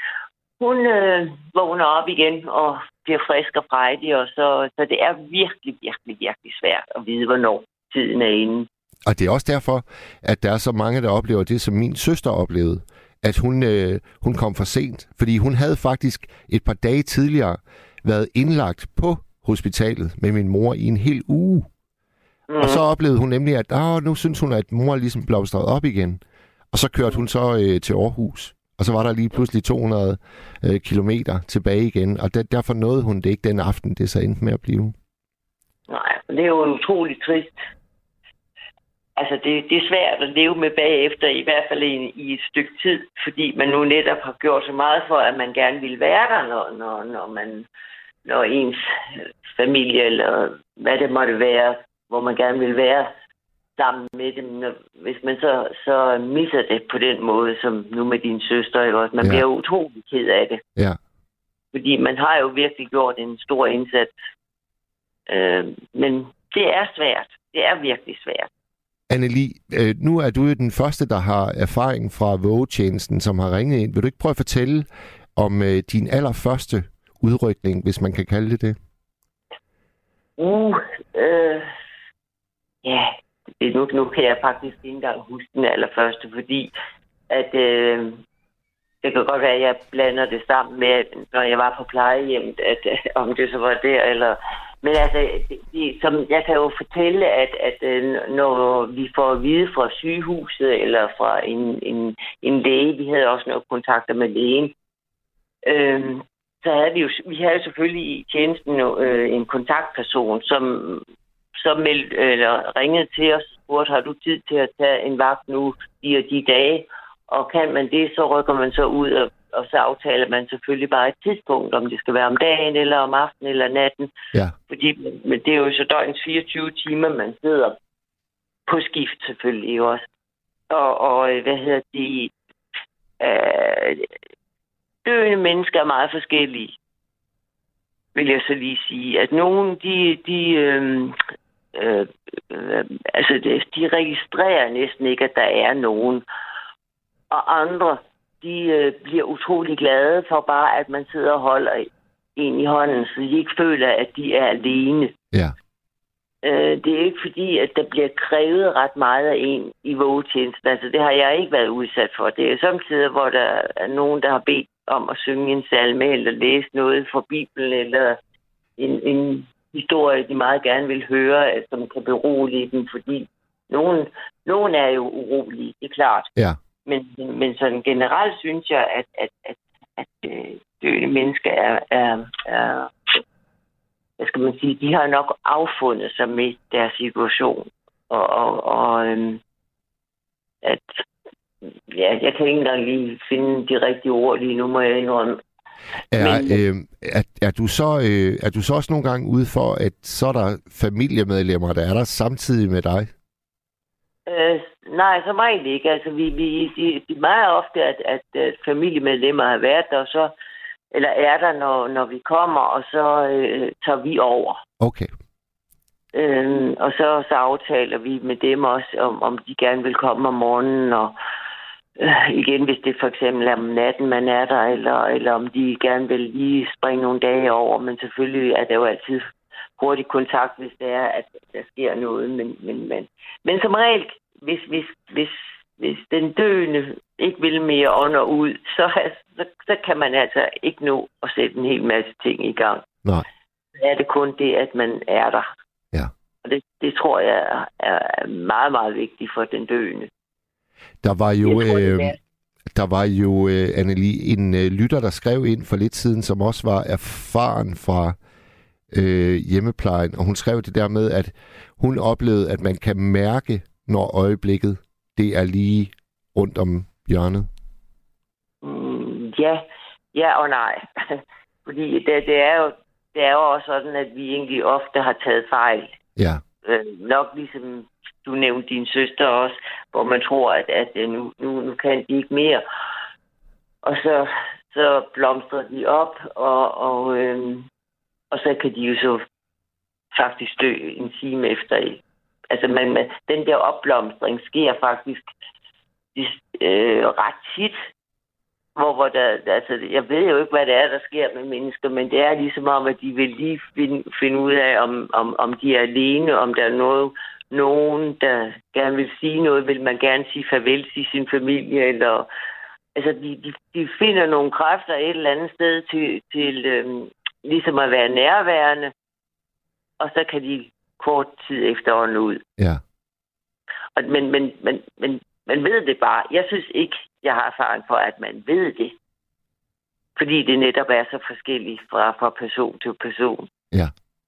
vågner op igen og bliver frisk og frejdig, og så det er virkelig, virkelig, virkelig svært at vide, hvornår tiden er inde. Og det er også derfor, at der er så mange, der oplever det, som min søster oplevede, at hun kom for sent, fordi hun havde faktisk et par dage tidligere været indlagt på hospitalet med min mor i en hel uge. Mm. Og så oplevede hun nemlig, at nu synes hun, at mor ligesom blomstrede op igen. Og så kørte hun så til Aarhus. Og så var der lige pludselig 200 kilometer tilbage igen. Og derfor nåede hun det ikke den aften, det så endte med at blive. Nej, det er jo utroligt trist. Altså, det er svært at leve med bagefter, i hvert fald i et stykke tid, fordi man nu netop har gjort så meget for, at man gerne vil være der, når ens familie, eller hvad det måtte være, hvor man gerne vil være sammen med dem. Hvis man så misser det på den måde, som nu med din søster, ikke også? Man bliver jo utrolig ked af det. Ja. Fordi man har jo virkelig gjort en stor indsats. Men det er svært. Det er virkelig svært. Anne-Li, nu er du jo den første, der har erfaring fra vågetjenesten, som har ringet ind. Vil du ikke prøve at fortælle om din allerførste udrykning, hvis man kan kalde det det? Ja, nu kan jeg faktisk ikke engang huske den allerførste, fordi at det kan godt være, at jeg blander det sammen med, når jeg var på plejehjemmet, at om det så var der, eller... Men altså, som jeg kan jo fortælle, at når vi får at vide fra sygehuset, eller fra en læge, vi havde også noget kontakter med lægen, så havde vi havde jo selvfølgelig i tjenesten en kontaktperson, som ringede til os og spurgte, har du tid til at tage en vagt nu de og de dage? Og kan man det, så rykker man så ud, og så aftaler man selvfølgelig bare et tidspunkt, om det skal være om dagen, eller om aftenen, eller natten. Ja. Fordi men det er jo så døgnets 24 timer, man sidder på skift selvfølgelig også. Og hvad hedder det? Døende mennesker er meget forskellige, vil jeg så lige sige. At nogen, de registrerer næsten ikke, at der er nogen. Og andre, de bliver utrolig glade for bare, at man sidder og holder en i hånden, så de ikke føler, at de er alene. Ja. Det er ikke fordi, at der bliver krævet ret meget af en i vågetjenesten. Altså, det har jeg ikke været udsat for. Det er samtidig, hvor der er nogen, der har bedt om at synge en salme, eller læse noget fra Bibelen, eller en historie, de meget gerne vil høre, som kan berolige dem, fordi nogen er jo urolige, det er klart. Ja. Men sådan generelt synes jeg, at døende mennesker er hvad skal man sige, de har nok affundet sig med deres situation. Jeg kan ikke engang lige finde de rigtige ord lige nu, må jeg indrømme. Er du så også nogle gange ude for, at så er der familiemedlemmer, der er der samtidig med dig? Nej, som regel ikke. Altså, det er meget ofte, at familiemedlemmer har været der, og så eller er der, når vi kommer, og så tager vi over. Okay. Og så aftaler vi med dem også, om de gerne vil komme om morgenen, og igen, hvis det for eksempel er om natten, man er der, eller om de gerne vil lige springe nogle dage over, men selvfølgelig er der jo altid hurtig kontakt, hvis det er, at der sker noget. Men som regel, hvis den døende ikke vil mere ånder ud, så kan man altså ikke nå at sætte en hel masse ting i gang. Nej. Så er det kun det, at man er der. Ja. Og det tror jeg er meget, meget vigtigt for den døende. Der var jo Annelie, en lytter, der skrev ind for lidt siden, som også var erfaren fra hjemmeplejen, og hun skrev det der med, at hun oplevede, at man kan mærke, når øjeblikket det er lige rundt om hjørnet. Ja og nej. Fordi det er jo også sådan, at vi egentlig ofte har taget fejl. Ja. Nok ligesom du nævnte din søster også, hvor man tror, at nu kan de ikke mere. Og så blomstrer de op, og så kan de jo så faktisk dø en time efter. Altså den der opblomstring sker faktisk ret tit, hvor der, altså jeg ved jo ikke, hvad det er, der sker med mennesker, men det er ligesom om, at de vil lige finde ud af, om de er alene, om der er nogen, der gerne vil sige noget, vil man gerne sige farvel til sin familie, eller altså de finder nogle kræfter et eller andet sted til ligesom at være nærværende, og så kan de kort tid efter ånden ud. Ja. Men man ved det bare. Jeg synes ikke, jeg har erfaring for, at man ved det. Fordi det netop er så forskelligt fra person til person. Ja.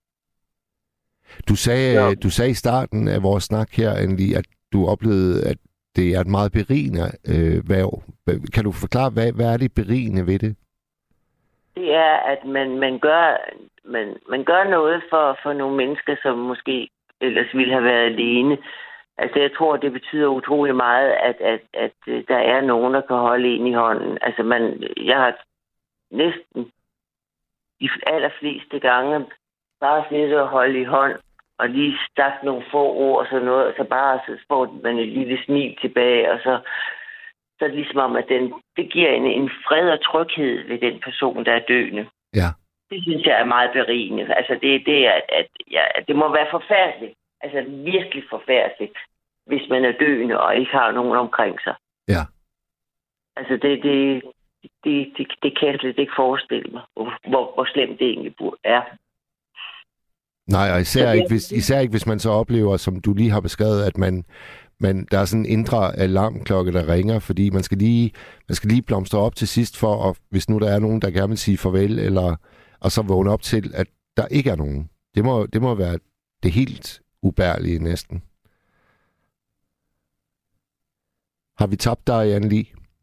Du sagde i starten af vores snak her, Annelie, at du oplevede, at det er et meget berigende værv. Kan du forklare, hvad er det berigende ved det? Det er, at man gør noget for nogle mennesker, som måske ellers ville have været alene. Altså, jeg tror, det betyder utrolig meget, at der er nogen, der kan holde en i hånden. Altså, jeg har næsten de allerfleste gange bare siddet og holde i hånd, og lige sagt nogle få ord og sådan noget, og så bare så får man et lille smil tilbage, og så er det ligesom om, at det giver en fred og tryghed ved den person, der er døende. Ja. Det synes jeg er meget berigende. Altså, det må være forfærdeligt. Altså, virkelig forfærdeligt, hvis man er døende og ikke har nogen omkring sig. Ja. Altså, det kan jeg slet ikke forestille mig, hvor slemt det egentlig er. Nej, og især ikke, hvis man så oplever, som du lige har beskrevet, at der er sådan en indre alarmklokke, der ringer, fordi man skal lige blomstre op til sidst for, og hvis nu der er nogen, der gerne vil sige farvel, og så vågne op til, at der ikke er nogen. Det må være det helt ubærlige næsten. Har vi tabt dig, Annelie?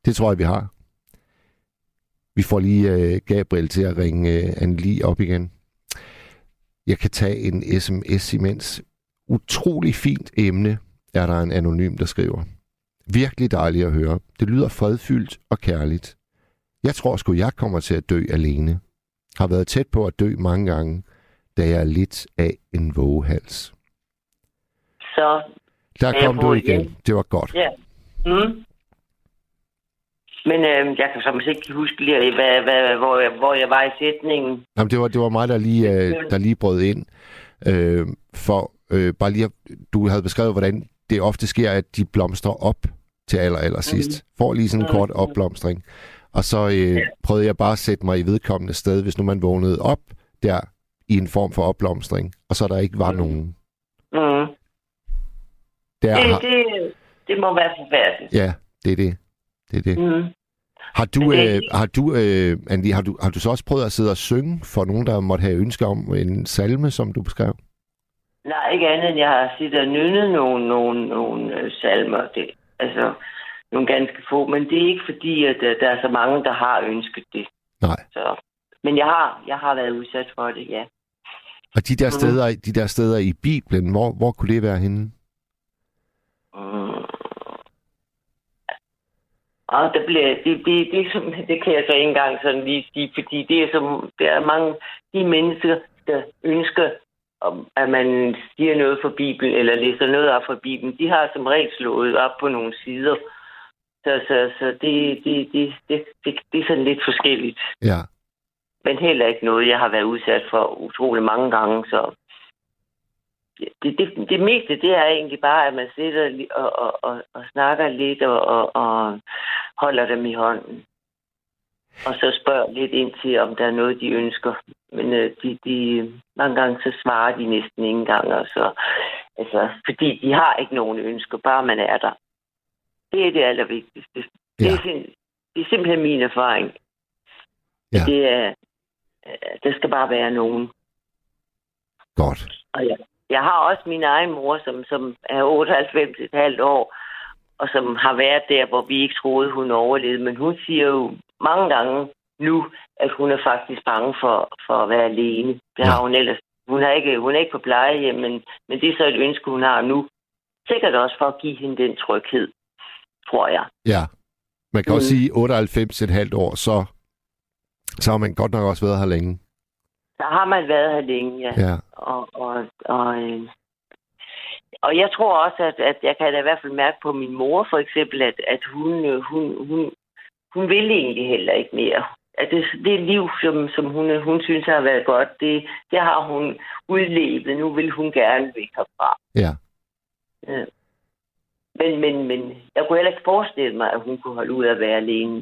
Det tror jeg, vi har. Vi får lige Gabriel til at ringe Anne-Lie op igen. Jeg kan tage en sms imens. Utrolig fint emne, er der en anonym, der skriver. Virkelig dejligt at høre. Det lyder fredfyldt og kærligt. Jeg tror sgu, jeg kommer til at dø alene. Har været tæt på at dø mange gange, da jeg er lidt af en vågehals. Så der kom du igen. Det var godt. Ja. Mm. Men jeg kan som ikke huske lige, hvor jeg var i sætningen. Jamen, det var mig, der lige brød ind. Bare lige, du havde beskrevet, hvordan det ofte sker, at de blomstrer op til aller sidst. Får lige sådan en kort opblomstring. Og så prøvede jeg bare at sætte mig i vedkommende sted, hvis nu man vågnede op der i en form for opblomstring, og så der ikke var nogen. Mm. Det må være forfærdeligt. Ja, det er det. Det er det. Mm. Har du så også prøvet at sidde og synge for nogen, der måtte have ønske om en salme, som du beskrev? Nej, ikke andet end jeg har siddet og nynnet nogle salmer. Altså nogle ganske få, men det er ikke fordi, at der er så mange, der har ønsket det. Nej. Så, men jeg har været udsat for det, ja. Og de der steder i Bibelen, hvor kunne det være henne? Og det kan jeg så ikke engang sådan lige sige, fordi der er mange de mennesker, der ønsker, at man siger noget fra Bibelen, eller læser noget op fra Bibelen. De har som regel slået op på nogle sider. Så det er sådan lidt forskelligt. Ja. Men heller ikke noget, jeg har været udsat for utrolig mange gange, så det meste, det er egentlig bare, at man sidder og snakker lidt og holder dem i hånden. Og så spørger lidt ind til, om der er noget, de ønsker. Men mange gange så svarer de næsten ikke engang. Altså, fordi de har ikke nogen ønsker, bare man er der. Det er det allervigtigste. Ja. Det er simpelthen min erfaring. Ja. Der skal bare være nogen. Godt. Og jeg har også min egen mor, som er 98,5 år, og som har været der, hvor vi ikke troede, hun overlevede. Men hun siger jo mange gange nu, at hun er faktisk bange for at være alene. Det har hun ellers. Hun er ikke på plejehjem, men det er så et ønske, hun har nu. Sikkert også for at give hende den tryghed, tror jeg. Ja. Man kan også sige 98,5 år, så har man godt nok også været her længe. Så har man været her længe, ja. Og jeg tror også, at jeg kan da i hvert fald mærke på min mor, for eksempel, at hun vil egentlig heller ikke mere. At det liv, som hun synes har været godt, det har hun udlevet. Nu vil hun gerne væk herfra. Ja. Men jeg kunne heller ikke forestille mig, at hun kunne holde ud at være alene.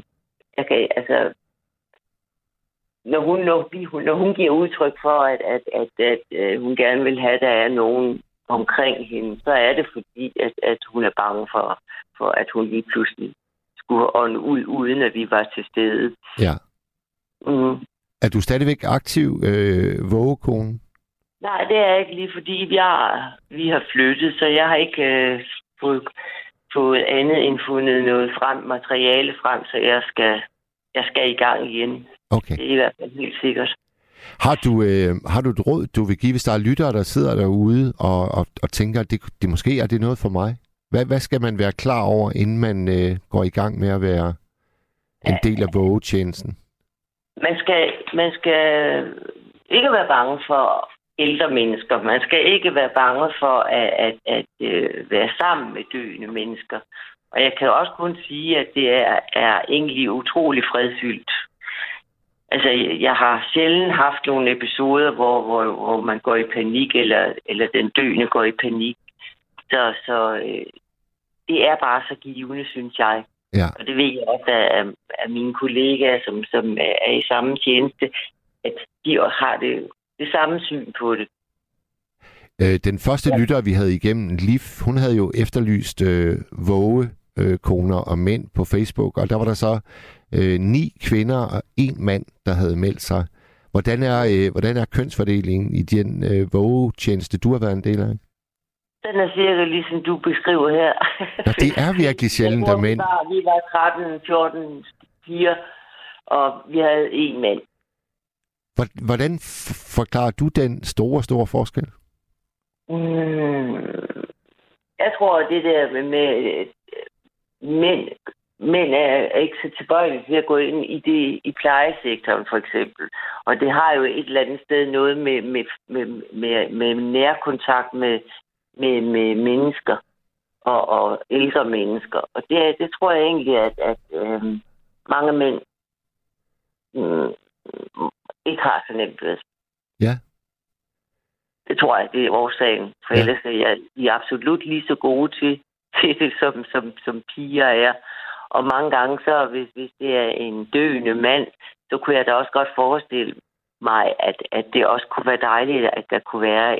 Når hun giver udtryk for, at hun gerne vil have, at der er nogen omkring hende, så er det fordi, at hun er bange for at hun lige pludselig skulle ånde ud, uden at vi var til stede. Ja. Mm. Er du stadigvæk aktiv vågekone? Nej, det er ikke lige, fordi vi har flyttet, så jeg har ikke fået andet end fundet noget materiale frem, så jeg skal i gang igen. Okay. Det er i hvert fald helt sikkert. Har du et råd, du vil give, hvis der er lyttere, der sidder derude og tænker, at det måske er det noget for mig? Hvad skal man være klar over, inden man går i gang med at være en del af vågetjenesten? Man skal ikke være bange for ældre mennesker. Man skal ikke være bange for at være sammen med døende mennesker. Og jeg kan også kun sige, at det er egentlig utrolig fredfyldt. Altså, jeg har sjældent haft nogle episoder, hvor man går i panik, eller den døende går i panik. Så det er bare så givende, synes jeg. Ja. Og det ved jeg også af mine kollegaer, som er i samme tjeneste, at de også har det samme syn på det. Den første lytter, vi havde igennem, Liv, hun havde jo efterlyst vågekoner og mænd på Facebook, og der var der så 9 kvinder og 1 mand, der havde meldt sig. Hvordan er kønsfordelingen i den vågetjeneste, du har været en del af? Den er cirka ligesom du beskriver her. Ja, det er virkelig sjældent, at mænd... Vi var 13-14 piger, og vi havde en mand. Hvordan forklarer du den store forskel? Jeg tror, det der med mænd er ikke så tilbøjelige til at gå ind i plejesektoren, for eksempel. Og det har jo et eller andet sted noget med nærkontakt med mennesker og ældre mennesker. Og det tror jeg egentlig, at mange mænd ikke har så nemt ved. Ja. Det tror jeg, det er årsagen. For ellers er de absolut lige så gode til det, som piger er. Og mange gange så, hvis det er en døende mand, så kunne jeg da også godt forestille mig, at det også kunne være dejligt, at der kunne være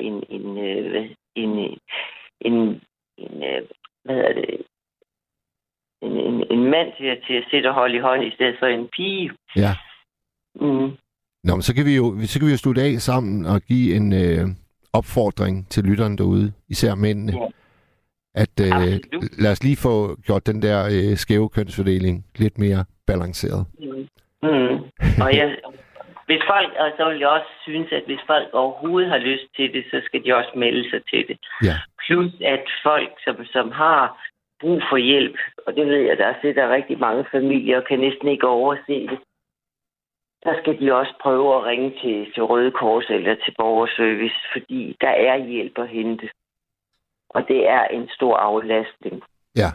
en mand til at sidde og holde i hånd i stedet for en pige. Ja. Nå, men så kan vi jo slutte af sammen og give en opfordring til lytterne derude, især mændene. Ja. At lad os lige få gjort den der skæve kønsfordeling lidt mere balanceret. Og hvis folk, og så vil jeg også synes, at hvis folk overhovedet har lyst til det, så skal de også melde sig til det. Ja. Plus at folk, som har brug for hjælp, og det ved jeg, der sidder rigtig mange familier og kan næsten ikke overse det, der skal de også prøve at ringe til Røde Kors eller til borgerservice, fordi der er hjælp at hente. Og det er en stor aflastning. Ja.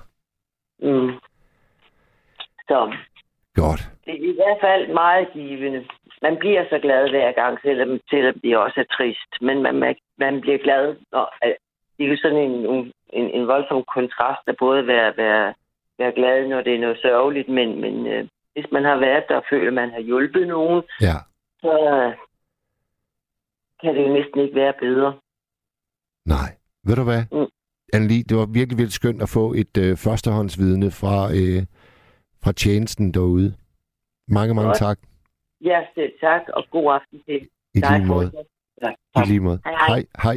Så godt. Det er i hvert fald meget givende. Man bliver så glad hver gang, selvom det også er trist. Men man bliver glad. Og det er jo sådan en voldsom kontrast at både være glad, når det er noget sørgeligt, men hvis man har været der og føler, at man har hjulpet nogen, så kan det jo næsten ikke være bedre. Nej. Ved du hvad? Anne-Lie, det var virkelig, virkelig skønt at få et førstehåndsvidne fra tjenesten derude. Mange tak. Ja, selv tak, og god aften til dig. I lige måde. I lige måde. Hej.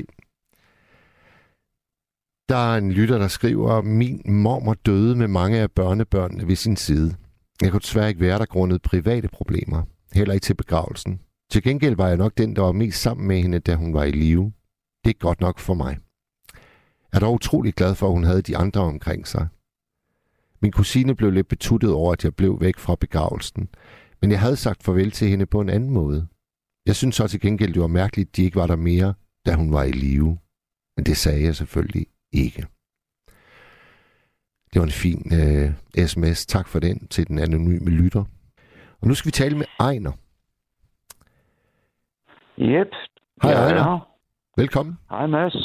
Der er en lytter, der skriver, min mormor døde med mange af børnebørnene ved sin side. Jeg kunne desværre ikke være der grundet private problemer. Heller ikke til begravelsen. Til gengæld var jeg nok den, der var mest sammen med hende, da hun var i live. Det er godt nok for mig. Jeg er dog utrolig glad for, at hun havde de andre omkring sig. Min kusine blev lidt betuttet over, at jeg blev væk fra begravelsen. Men jeg havde sagt farvel til hende på en anden måde. Jeg synes så til gengæld, det var mærkeligt, at de ikke var der mere, da hun var i live. Men det sagde jeg selvfølgelig ikke. Det var en fin sms. Tak for den til den anonyme lytter. Og nu skal vi tale med Ejner. Yep. Hej Ejner. Velkommen. Hej Mads.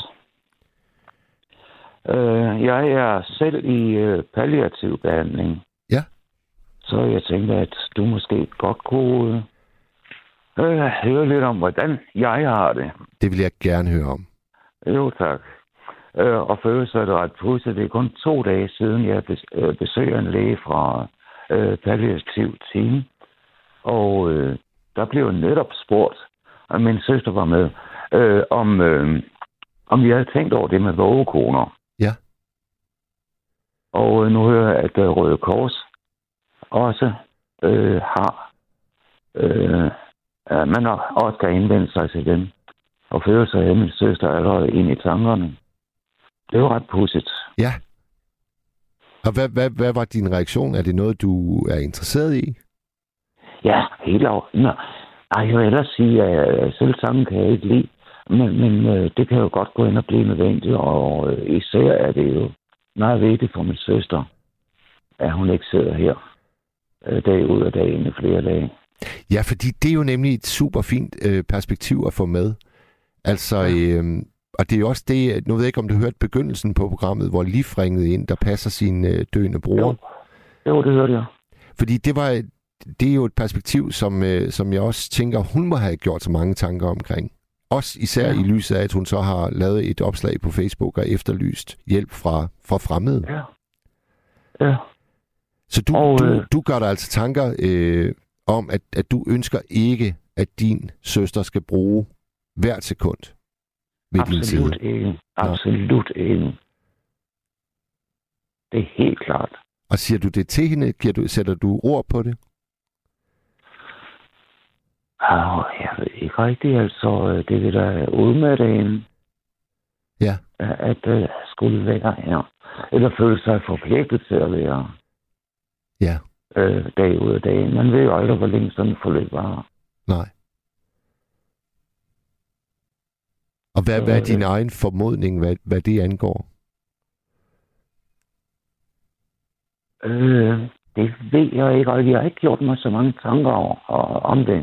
Jeg er selv i palliativ behandling. Ja. Så jeg tænker, at du måske godt kunne høre lidt om, hvordan jeg har det. Det vil jeg gerne høre om. Jo, tak. Og først er det ret pudsigt. Det er kun 2 dage siden, jeg besøger en læge fra palliativ team. Og der blev netop spurgt, og min søster var med, om jeg havde tænkt over det med vågekoner. Ja. Og nu hører jeg, at Røde Kors også har, man også kan indvende sig til dem. Og føre sig af min søster allerede ind i tankerne. Det var ret pudsigt. Ja. Og hvad var din reaktion? Er det noget, du er interesseret i? Ja, helt af. Jeg vil ellers sige, at selv sammen kan jeg ikke lide. Men det kan jo godt gå ind og blive nødvendigt. Og især er det jo meget vigtigt for min søster, at hun ikke sidder her dag ud og dag ind i flere dage. Ja, fordi det er jo nemlig et super fint perspektiv at få med. Altså, og det er jo også det, nu ved jeg ikke, om du hørte begyndelsen på programmet, hvor Liv ringede ind, der passer sin døende bror. Jo, det hørte jeg. Fordi det er jo et perspektiv, som jeg også tænker, hun må have gjort så mange tanker omkring. Også især i lyset af, at hun så har lavet et opslag på Facebook og efterlyst hjælp fra fremmede. Ja. Så du gør dig altså tanker om, at du ønsker ikke, at din søster skal bruge hvert sekund. ved din side? Absolut ikke. Absolut ikke. Det er helt klart. Og siger du det til hende? Sætter du ord på det? Jeg ved ikke rigtigt, altså. Det vil da ud med det, Ja. at skulle være her. Eller føle sig forpligtet til at være. Ja. Dag ud af dagen. Man ved jo aldrig, hvor længe sådan et forløb var. Nej. Og hvad er din egen formodning, hvad det angår? Det ved jeg ikke, og jeg har ikke gjort mig så mange tanker om det.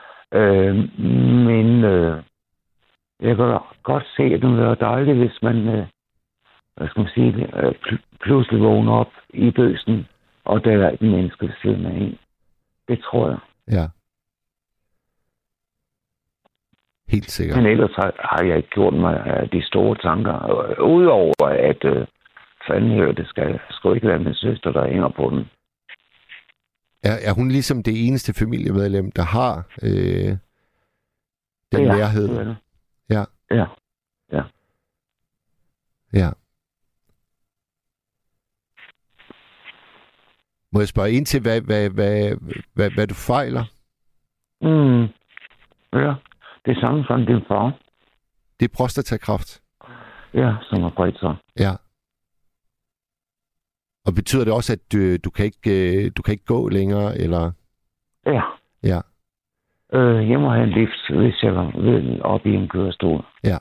Men jeg kan godt se, at det vil være dejligt, hvis man, pludselig vågner op i bøsen, og der er et menneske, der sidder med en. Det tror jeg. Ja. Helt sikkert. Men ellers har jeg ikke gjort mig de store tanker. Udover at fanden det skal ikke være min søster, der hænger på den. Er hun ligesom det eneste familiemedlem, der har den nærhed? Det. Ja. Ja. Ja. Må jeg spørge ind til, hvad du fejler? Ja, det er samme som din far. Det er prostatakræft? Ja, som har bredt sig. Ja. Og betyder det også, at du kan ikke gå længere, eller? Ja. Ja. Jeg må have en lift, hvis jeg vil op i en kørestol. Ja.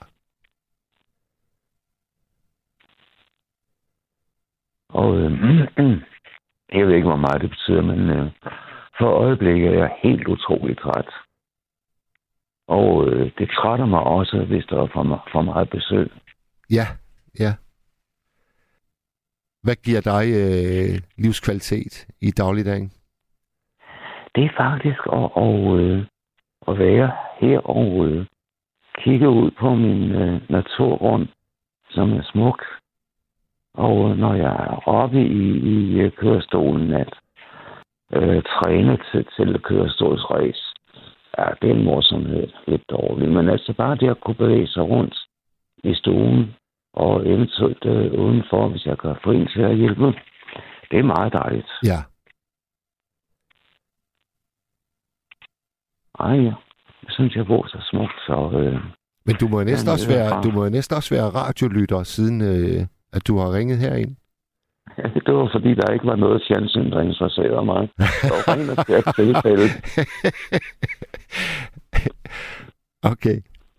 Og jeg ved ikke, hvor meget det betyder, men for øjeblikket er jeg helt utroligt træt. Og det trætter mig også, hvis der er for meget besøg. Ja, ja. Hvad giver dig livskvalitet i dagligdagen? Det er faktisk at være her og kigge ud på min naturgrund, som er smuk. Og når jeg er oppe i kørestolen, at træne til kørestolsræs, ja, det er en morsomhed lidt dårligt. Men altså bare det at kunne bevæge sig rundt i stuen, og eventuelt udenfor, hvis jeg kan få en til at hjælpe, det er meget dejligt. Ja. Ej, ja. Jeg synes, jeg bor så smukt, så... Men du må jo næsten også være radiolytter, siden at du har ringet herind. Ja, det var fordi, der ikke var noget fjernsyn, der interesserede mig. Så ringede til et tilfælde. Okay.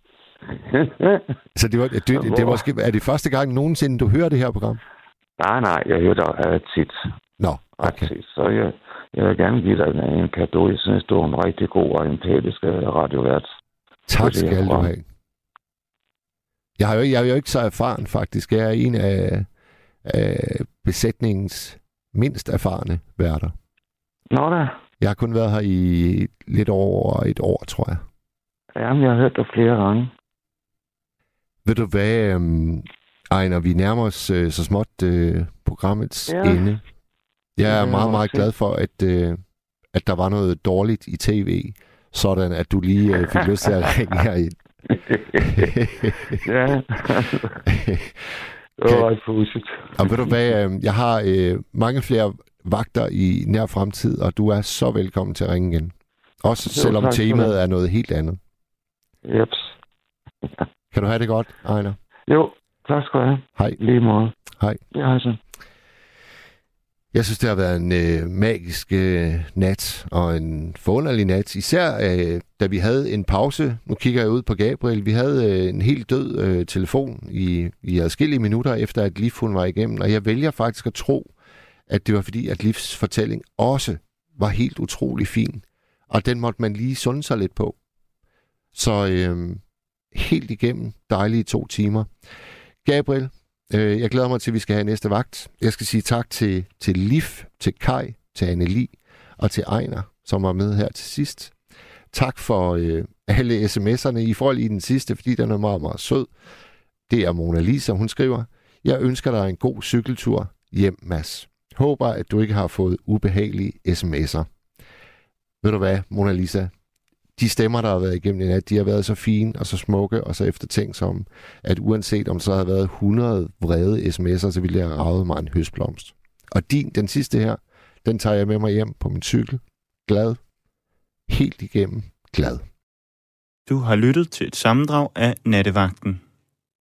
Så det måske, er det første gang nogensinde, du hører det her program? Nej, jeg hører dig tit. Nå, okay. Tit. Så jeg vil gerne give dig en cadeau. Jeg synes, du er en rigtig god og empatisk radiovært. Tak skal du have. Jeg er jo ikke så erfaren, faktisk. Jeg er en af besætningens mindst erfarne værter. Nå da. Jeg har kun været her i lidt over et år, tror jeg. Jamen, jeg har hørt dig flere gange. Ved du hvad, Ejner, vi nærmer os så småt programmets ende. Jeg er meget, meget glad for, at der var noget dårligt i tv, sådan at du lige fik lyst til at ringe herind. Ja. Det var ret pudsigt. Og ved du hvad, jeg har mange flere vagter i nær fremtid, og du er så velkommen til at ringe igen. Også selvom temaet er noget helt andet. Jeps. Kan du have det godt, Ejner? Jo, tak skal du have. Hej. Lige måde. Hej. Ja, hej så. Jeg synes, det har været en magisk nat, og en forunderlig nat. Især da vi havde en pause. Nu kigger jeg ud på Gabriel. Vi havde en helt død telefon i adskillige minutter, efter at Liv hun var igennem. Og jeg vælger faktisk at tro, at det var fordi, at Livs fortælling også var helt utrolig fin. Og den måtte man lige sunde sig lidt på. Så helt igennem dejlige 2 timer. Gabriel, jeg glæder mig til, at vi skal have næste vagt. Jeg skal sige tak til Liv, til Kai, til Anneli og til Ejner, som var med her til sidst. Tak for alle sms'erne. I får lige den sidste, fordi den er meget, meget sød. Det er Mona Lisa, hun skriver: Jeg ønsker dig en god cykeltur hjem, Mads. Håber, at du ikke har fået ubehagelige sms'er. Ved du hvad, Mona Lisa? de stemmer, der har været igennem i nat, de har været så fine og så smukke og så eftertænksomme, at uanset om så havde været 100 vrede sms'er, så ville jeg have ravet mig en høstblomst. Og den sidste her, den tager jeg med mig hjem på min cykel. Glad. Helt igennem glad. Du har lyttet til et sammendrag af Nattevagten.